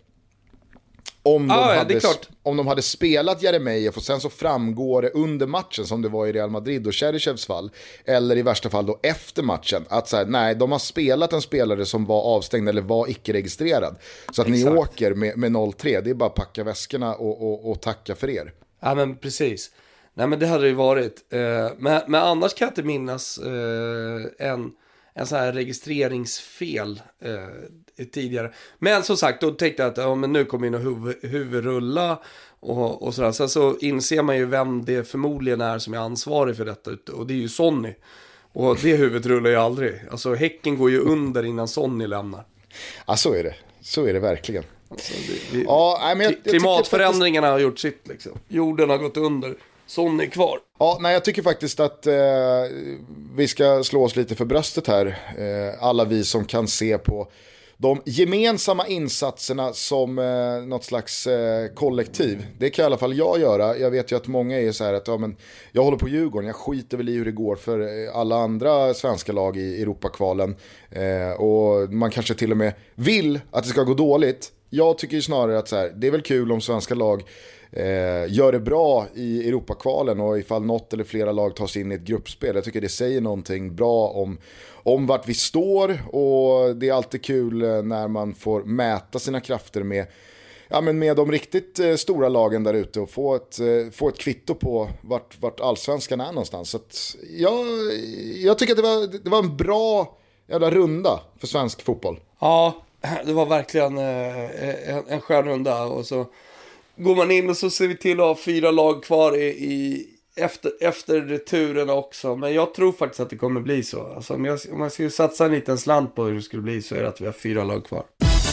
Om de, ah, hade, ja, om de hade spelat Jeremejeff och sen så framgår det under matchen som det var i Real Madrid och Cherchevs fall, eller i värsta fall då efter matchen, att så här, nej, de har spelat en spelare som var avstängd eller var icke-registrerad. Så att Exakt. Ni åker med, med noll tre, det är bara att packa väskorna och, och, och tacka för er. Ja men precis. Nej men det hade ju varit. Eh, men, men annars kan jag inte minnas eh, en, en sån här registreringsfel eh, tidigare. Men som sagt, då tänkte jag att ja, men nu kommer in och huvud, huvudrulla och, och sådär. Sen så inser man ju vem det förmodligen är som är ansvarig för detta. Och det är ju Sonny. Och det huvudet rullar ju aldrig. Alltså Häcken går ju under innan Sonny lämnar. Ja, så är det. Så är det verkligen. Alltså, det, det, ja, nej, men jag, jag klimatförändringarna faktiskt... har gjort sitt liksom. Jorden har gått under. Sonny är kvar. Ja, nej, jag tycker faktiskt att eh, vi ska slå oss lite för bröstet här. Eh, alla vi som kan se på de gemensamma insatserna som eh, något slags eh, kollektiv. Det kan i alla fall jag göra. Jag vet ju att många är så här att ja, men jag håller på Djurgården. Jag skiter väl i hur det går för alla andra svenska lag i Europakvalen. Eh, och man kanske till och med vill att det ska gå dåligt. Jag tycker ju snarare att så här, det är väl kul om svenska lag eh, gör det bra i Europakvalen och ifall något eller flera lag tar sig in i ett gruppspel. Jag tycker det säger någonting bra om, om vart vi står, och det är alltid kul när man får mäta sina krafter med, ja, men med de riktigt eh, stora lagen där ute och få ett, eh, få ett kvitto på vart, vart allsvenskan är någonstans. Så att jag, jag tycker att det var, det var en bra jävla runda för svensk fotboll. Ja, det var verkligen eh, en, en skön runda. Och så går man in och så ser vi till att ha fyra lag kvar i, i efter, efter returerna också. Men jag tror faktiskt att det kommer bli så. Alltså, om, jag, om man skulle satsa en liten slant på hur det skulle bli, så är det att vi har fyra lag kvar.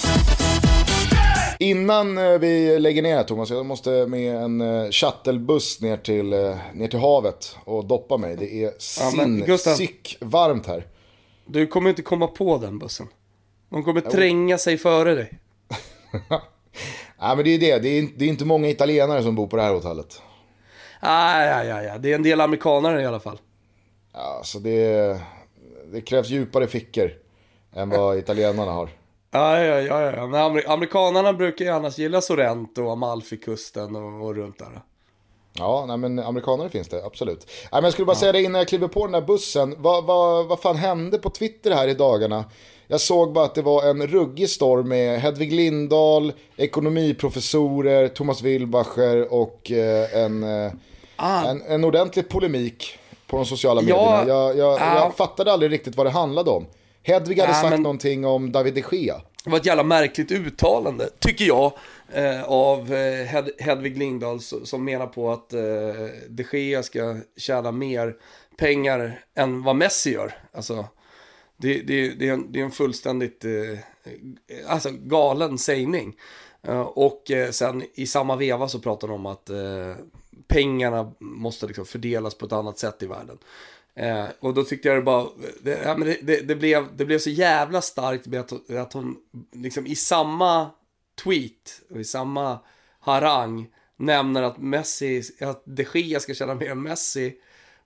Innan vi lägger ner, Thomas, jag måste med en shuttlebuss ner till, ner till havet och doppa mig. Det är sick varmt här. Du kommer inte komma på den bussen. De kommer tränga sig före dig. Ja, men det är det. Det är, det är inte många italienare som bor på det här hotellet. Ah, ja, ja, ja. Det är en del amerikanare i alla fall. Ja, så det, det krävs djupare fickor än vad italienarna har. Ja, ja, ja, ja. Men amer- amerikanerna brukar ju annars gilla Sorrento och Amalfikusten och, och runt där. Ja, nej, men amerikanare finns det, absolut. Nej, men jag skulle bara ja. säga det innan jag kliver på den där bussen. Vad, vad, vad fan hände på Twitter här i dagarna? Jag såg bara att det var en ruggig storm med Hedvig Lindahl, ekonomiprofessorer, Thomas Wilbacher och eh, en, eh, ah. en, en ordentlig polemik på de sociala medierna. Ja, jag, jag, ah. jag fattade aldrig riktigt vad det handlade om. Hedvig hade ah, sagt men... någonting om David de Gea. Det var ett jävla märkligt uttalande, tycker jag, eh, av eh, Hed- Hedvig Lindahl som menar på att eh, de Gea ska tjäna mer pengar än vad Messi gör. Alltså, det, det, det, är, en, det är en fullständigt eh, alltså, galen sägning. Eh, och eh, sen i samma veva så pratar de om att eh, pengarna måste liksom fördelas på ett annat sätt i världen. Eh, och då tyckte jag det bara det, ja, men det, det, det, blev, det blev så jävla starkt med att, att hon liksom i samma tweet och i samma harang nämner att Messi, att de Gea ska tjäna mer än Messi,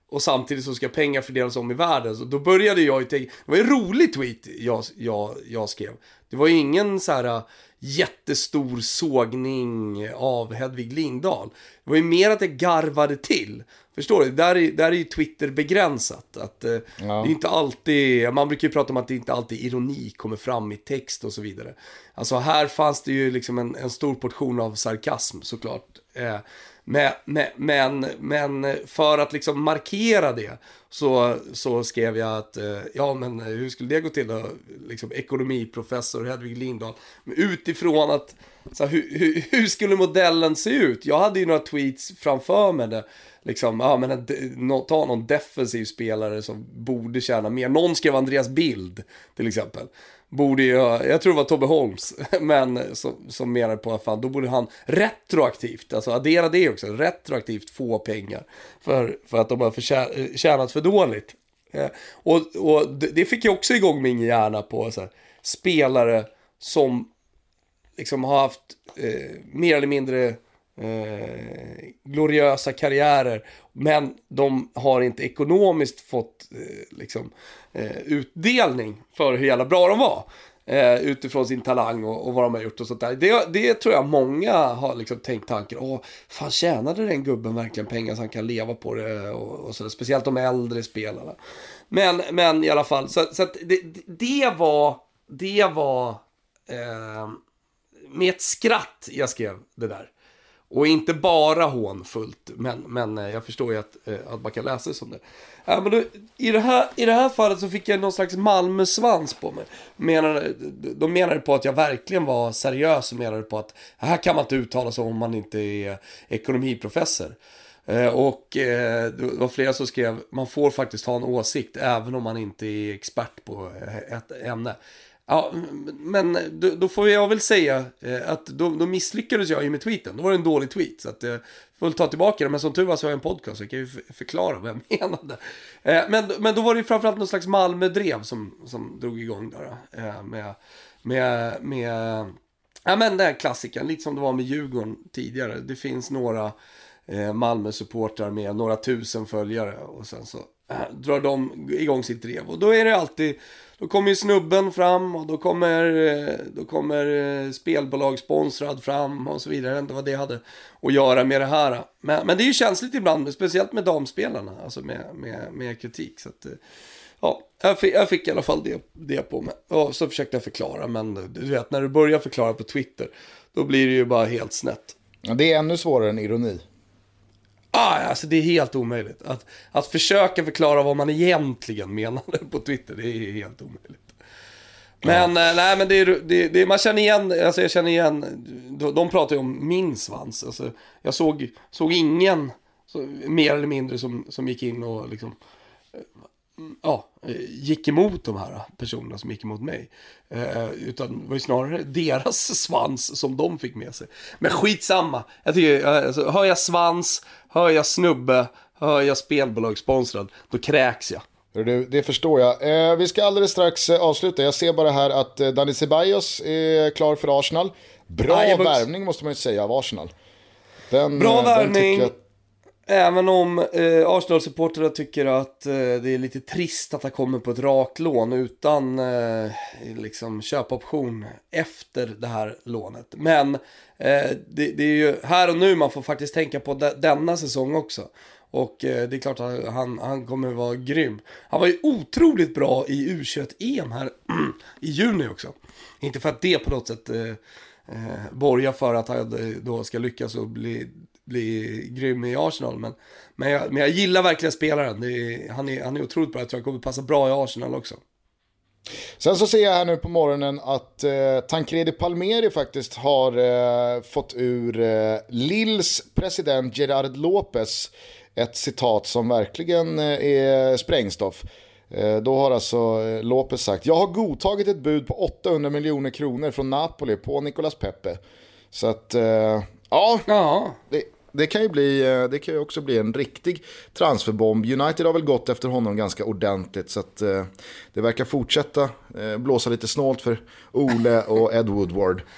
och samtidigt så ska pengar fördelas om i världen. Så då började jag ju tänka, det var en rolig tweet jag, jag, jag skrev. Det var ju ingen så här jättestor sågning av Hedvig Lindahl. Det var ju mer att det garvade till. Förstår du? Där är, där är ju Twitter begränsat. Att, ja. Det är inte alltid, man brukar ju prata om att det inte alltid ironi kommer fram i text och så vidare. Alltså här fanns det ju liksom en, en stor portion av sarkasm såklart. Eh, men, men, men för att liksom markera det så, så skrev jag att eh, ja men hur skulle det gå till då? Liksom ekonomiprofessor Hedvig Lindahl. Men utifrån att så här, hur, hur, hur skulle modellen se ut? Jag hade ju några tweets framför mig där liksom, ja men en, ta någon defensiv spelare som borde tjäna mer. Någon skrev Andreas Bild till exempel. Borde ju, jag tror det var Tobbe Holmes, men som, som menar på att fan, då borde han retroaktivt, alltså addera det också, retroaktivt få pengar för, för att de har förtjä- tjänat för dåligt. Eh, och, och det fick jag också igång min hjärna på så här, spelare som liksom har haft eh, mer eller mindre Eh, gloriösa karriärer, men de har inte ekonomiskt fått eh, liksom, eh, utdelning för hur jävla bra de var eh, utifrån sin talang och, och vad de har gjort och sånt där. Det, det tror jag många har liksom tänkt tanken, åh fan, tjänade den gubben verkligen pengar så han kan leva på det och, och sådär, speciellt de äldre spelarna. Men, men i alla fall så, så att det, det var det var eh, med ett skratt jag skrev det där. Och inte bara hånfullt, men, men jag förstår ju att, att man kan läsa det som det. Ja, men då, i, det här, I det här fallet så fick jag någon slags Malmö-svans på mig. Menade, de menade på att jag verkligen var seriös och menade på att här kan man inte uttala sig om man inte är ekonomiprofessor. Eh, och eh, det var flera som skrev, man får faktiskt ha en åsikt även om man inte är expert på ett ämne. Ja, men då, då får jag väl säga eh, att då, då misslyckades jag ju med tweeten. Då var det en dålig tweet, så att jag eh, får ta tillbaka det. Men som tur var så har jag en podcast, så jag kan ju f- förklara vad jag menade. Eh, men, men då var det ju framförallt någon slags Malmö-drev som, som drog igång där. Eh, med, med, med, ja men den här klassikern, lite som det var med Djurgården tidigare. Det finns några eh, Malmö-supportrar med några tusen följare. Och sen så eh, drar de igång sitt drev. Och då är det alltid... Då kommer ju snubben fram och då kommer, då kommer spelbolag sponsrad fram och så vidare. Jag vet inte vad det hade att göra med det här. Men, men det är ju känsligt ibland, speciellt med damspelarna, alltså med, med, med kritik. Så att, ja, jag fick, jag fick i alla fall det, det på mig. Och så försökte jag förklara, men du vet, när du börjar förklara på Twitter, då blir det ju bara helt snett. Ja, det är ännu svårare än ironi. Ah, alltså det är helt omöjligt. Att, att försöka förklara vad man egentligen menade på Twitter, det är helt omöjligt. Men, ja. nej, men det är, det, det, man känner igen, alltså jag känner igen, de, de pratar ju om min svans. Alltså, jag såg, såg ingen så, mer eller mindre som, som gick in och liksom, ja, gick emot de här personerna som gick emot mig. Eh, utan det var ju snarare deras svans som de fick med sig. Men skitsamma. Jag tycker, alltså, hör jag svans, hör jag snubbe, hör jag spelbolag sponsrad, då kräks jag. Det, det förstår jag. Eh, vi ska alldeles strax eh, avsluta. Jag ser bara här att eh, Dani Ceballos är klar för Arsenal. Bra Nej, värvning måste man ju säga av Arsenal. Den, Bra eh, värvning. Den Även om eh, Arsenal-supportrar tycker att eh, det är lite trist att han kommer på ett raklån utan eh, liksom köpoption efter det här lånet. Men eh, det, det är ju här och nu man får faktiskt tänka på de, denna säsong också. Och eh, det är klart att han, han kommer vara grym. Han var ju otroligt bra i U tjugoett-E M här i juni också. Inte för att det på något sätt eh, eh, borgar för att han då ska lyckas och bli... bli grym i Arsenal, men, men, jag, men jag gillar verkligen spelaren. Det är, han, är, han är otroligt bra. Jag tror han kommer passa bra i Arsenal också. Sen så ser jag här nu på morgonen att eh, Tancredi Palmeri faktiskt har eh, fått ur eh, Lills president Gerard Lopez ett citat som verkligen eh, är sprängstoff. Eh, då har alltså eh, Lopez sagt: jag har godtagit ett bud på åttahundra miljoner kronor från Napoli på Nicolas Pepe. Så att eh, ja, ja. Det, det kan ju bli, det kan ju också bli en riktig transferbomb. United har väl gått efter honom ganska ordentligt, så att eh, det verkar fortsätta eh, blåsa lite snålt för Ole och Ed Woodward.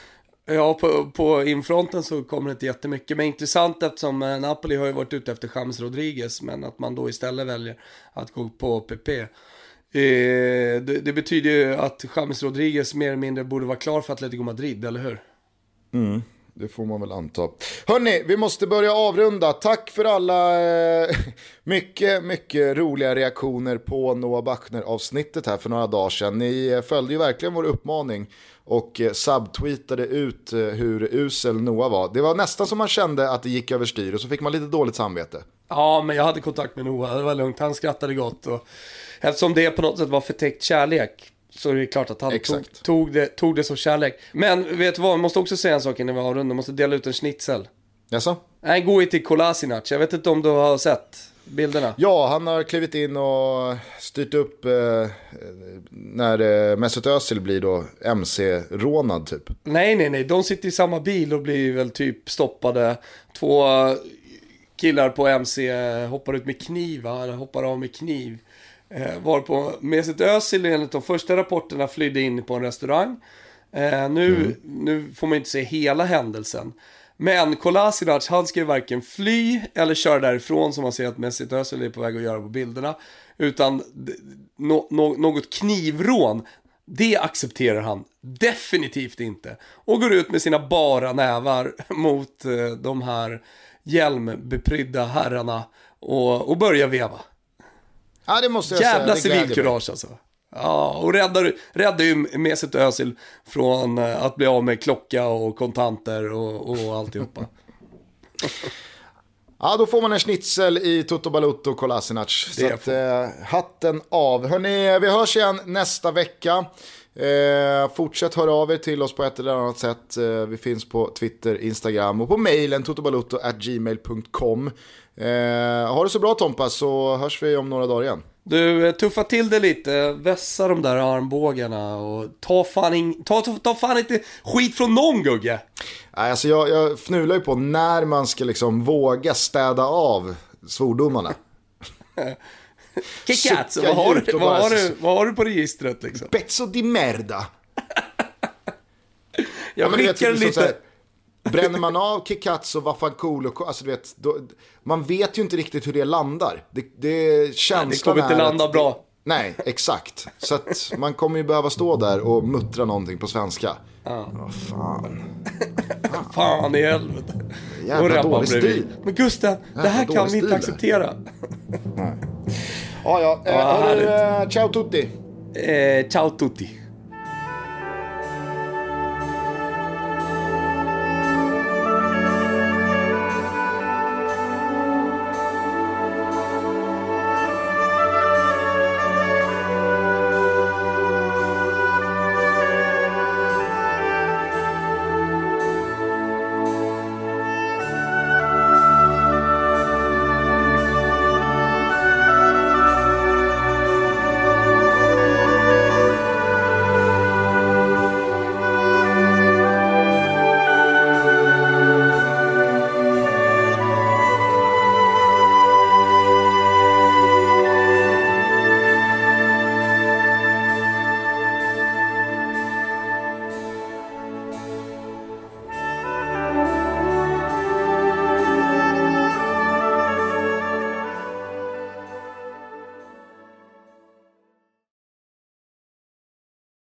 Ja, på, på infronten så kommer det inte jättemycket. Men intressant eftersom Napoli har ju varit ute efter James Rodriguez. Men att man då istället väljer att gå på P P. Eh, det, det betyder ju att James Rodriguez mer eller mindre borde vara klar för Atletico Madrid, eller hur? Mm, det får man väl anta. Hörrni, vi måste börja avrunda. Tack för alla eh, mycket, mycket roliga reaktioner på Noah Bachner-avsnittet här för några dagar sedan. Ni följde ju verkligen vår uppmaning och eh, subtweetade ut eh, hur usel Noah var. Det var nästan som man kände att det gick överstyr och så fick man lite dåligt samvete. Ja, men jag hade kontakt med Noah, det var lugnt, han skrattade gott. Och eftersom det på något sätt var förtäckt kärlek så är det klart att han tog, tog, det, tog det som kärlek. Men vet du vad, jag måste också säga en sak innan vi har runda. Jag måste dela ut en schnitzel. Jaså? Nej, gå till Kolasinac. Jag vet inte om du har sett bilderna. Ja, han har klivit in och styrt upp eh, när eh, Mesut Özil blir då M C-rånad typ. Nej, nej, nej. De sitter i samma bil och blir väl typ stoppade. Två killar på M C hoppar ut med kniv, eller hoppar av med kniv. Eh, var på Mesut Özil enligt de första rapporterna flydde in på en restaurang. Eh, nu, mm. nu får man inte se hela händelsen. Men Kolasinac, han ska ju varken fly eller köra därifrån som man ser att Mesut Özil är på väg att göra på bilderna. Utan no, no, något knivrån, det accepterar han definitivt inte. Och går ut med sina bara nävar mot eh, de här hjälmbeprydda herrarna och, och börjar veva. Ja, det måste jag Jävla säga. Jävla civilkurage alltså. Ja, och räddar, räddar ju Mesut Özil från att bli av med klocka och kontanter och, och alltihopa. Ja, då får man en schnitzel i Toto Balotto och Kolasinac. Så att, eh, hatten av. Hörrni, vi hörs igen nästa vecka. Eh, fortsätt höra av er till oss på ett eller annat sätt. Eh, vi finns på Twitter, Instagram och på mejlen totobalotto at gmail dot com. Eh, ha det så bra, Tompa, så hörs vi om några dagar igen. Du, tuffa till det lite, vässa de där armbågarna och ta fan, in, ta, ta, ta fan inte skit från någon, Gugge. Nej, alltså jag, jag fnular ju på när man ska liksom våga städa av svordomarna. Kikats, vad, har du, vad, har du, vad har du på registret liksom? Pezzo di merda. Jag ja, skickar vet, lite... Här, bränner man av Kikats och Vaffanculo, alltså du vet, då, man vet ju inte riktigt hur det landar. Det, det, känslan det kommer inte landa att, bra. Nej, exakt. Så att man kommer ju behöva stå där och muttra någonting på svenska. Ja. Vad fan. fan. Fan i helvete. Jävla dålig stil. Men Gustav, jävla det här kan vi inte acceptera. Nej. Ja, ja. Eh, ah, hörru, ciao tutti. Eh, ciao tutti.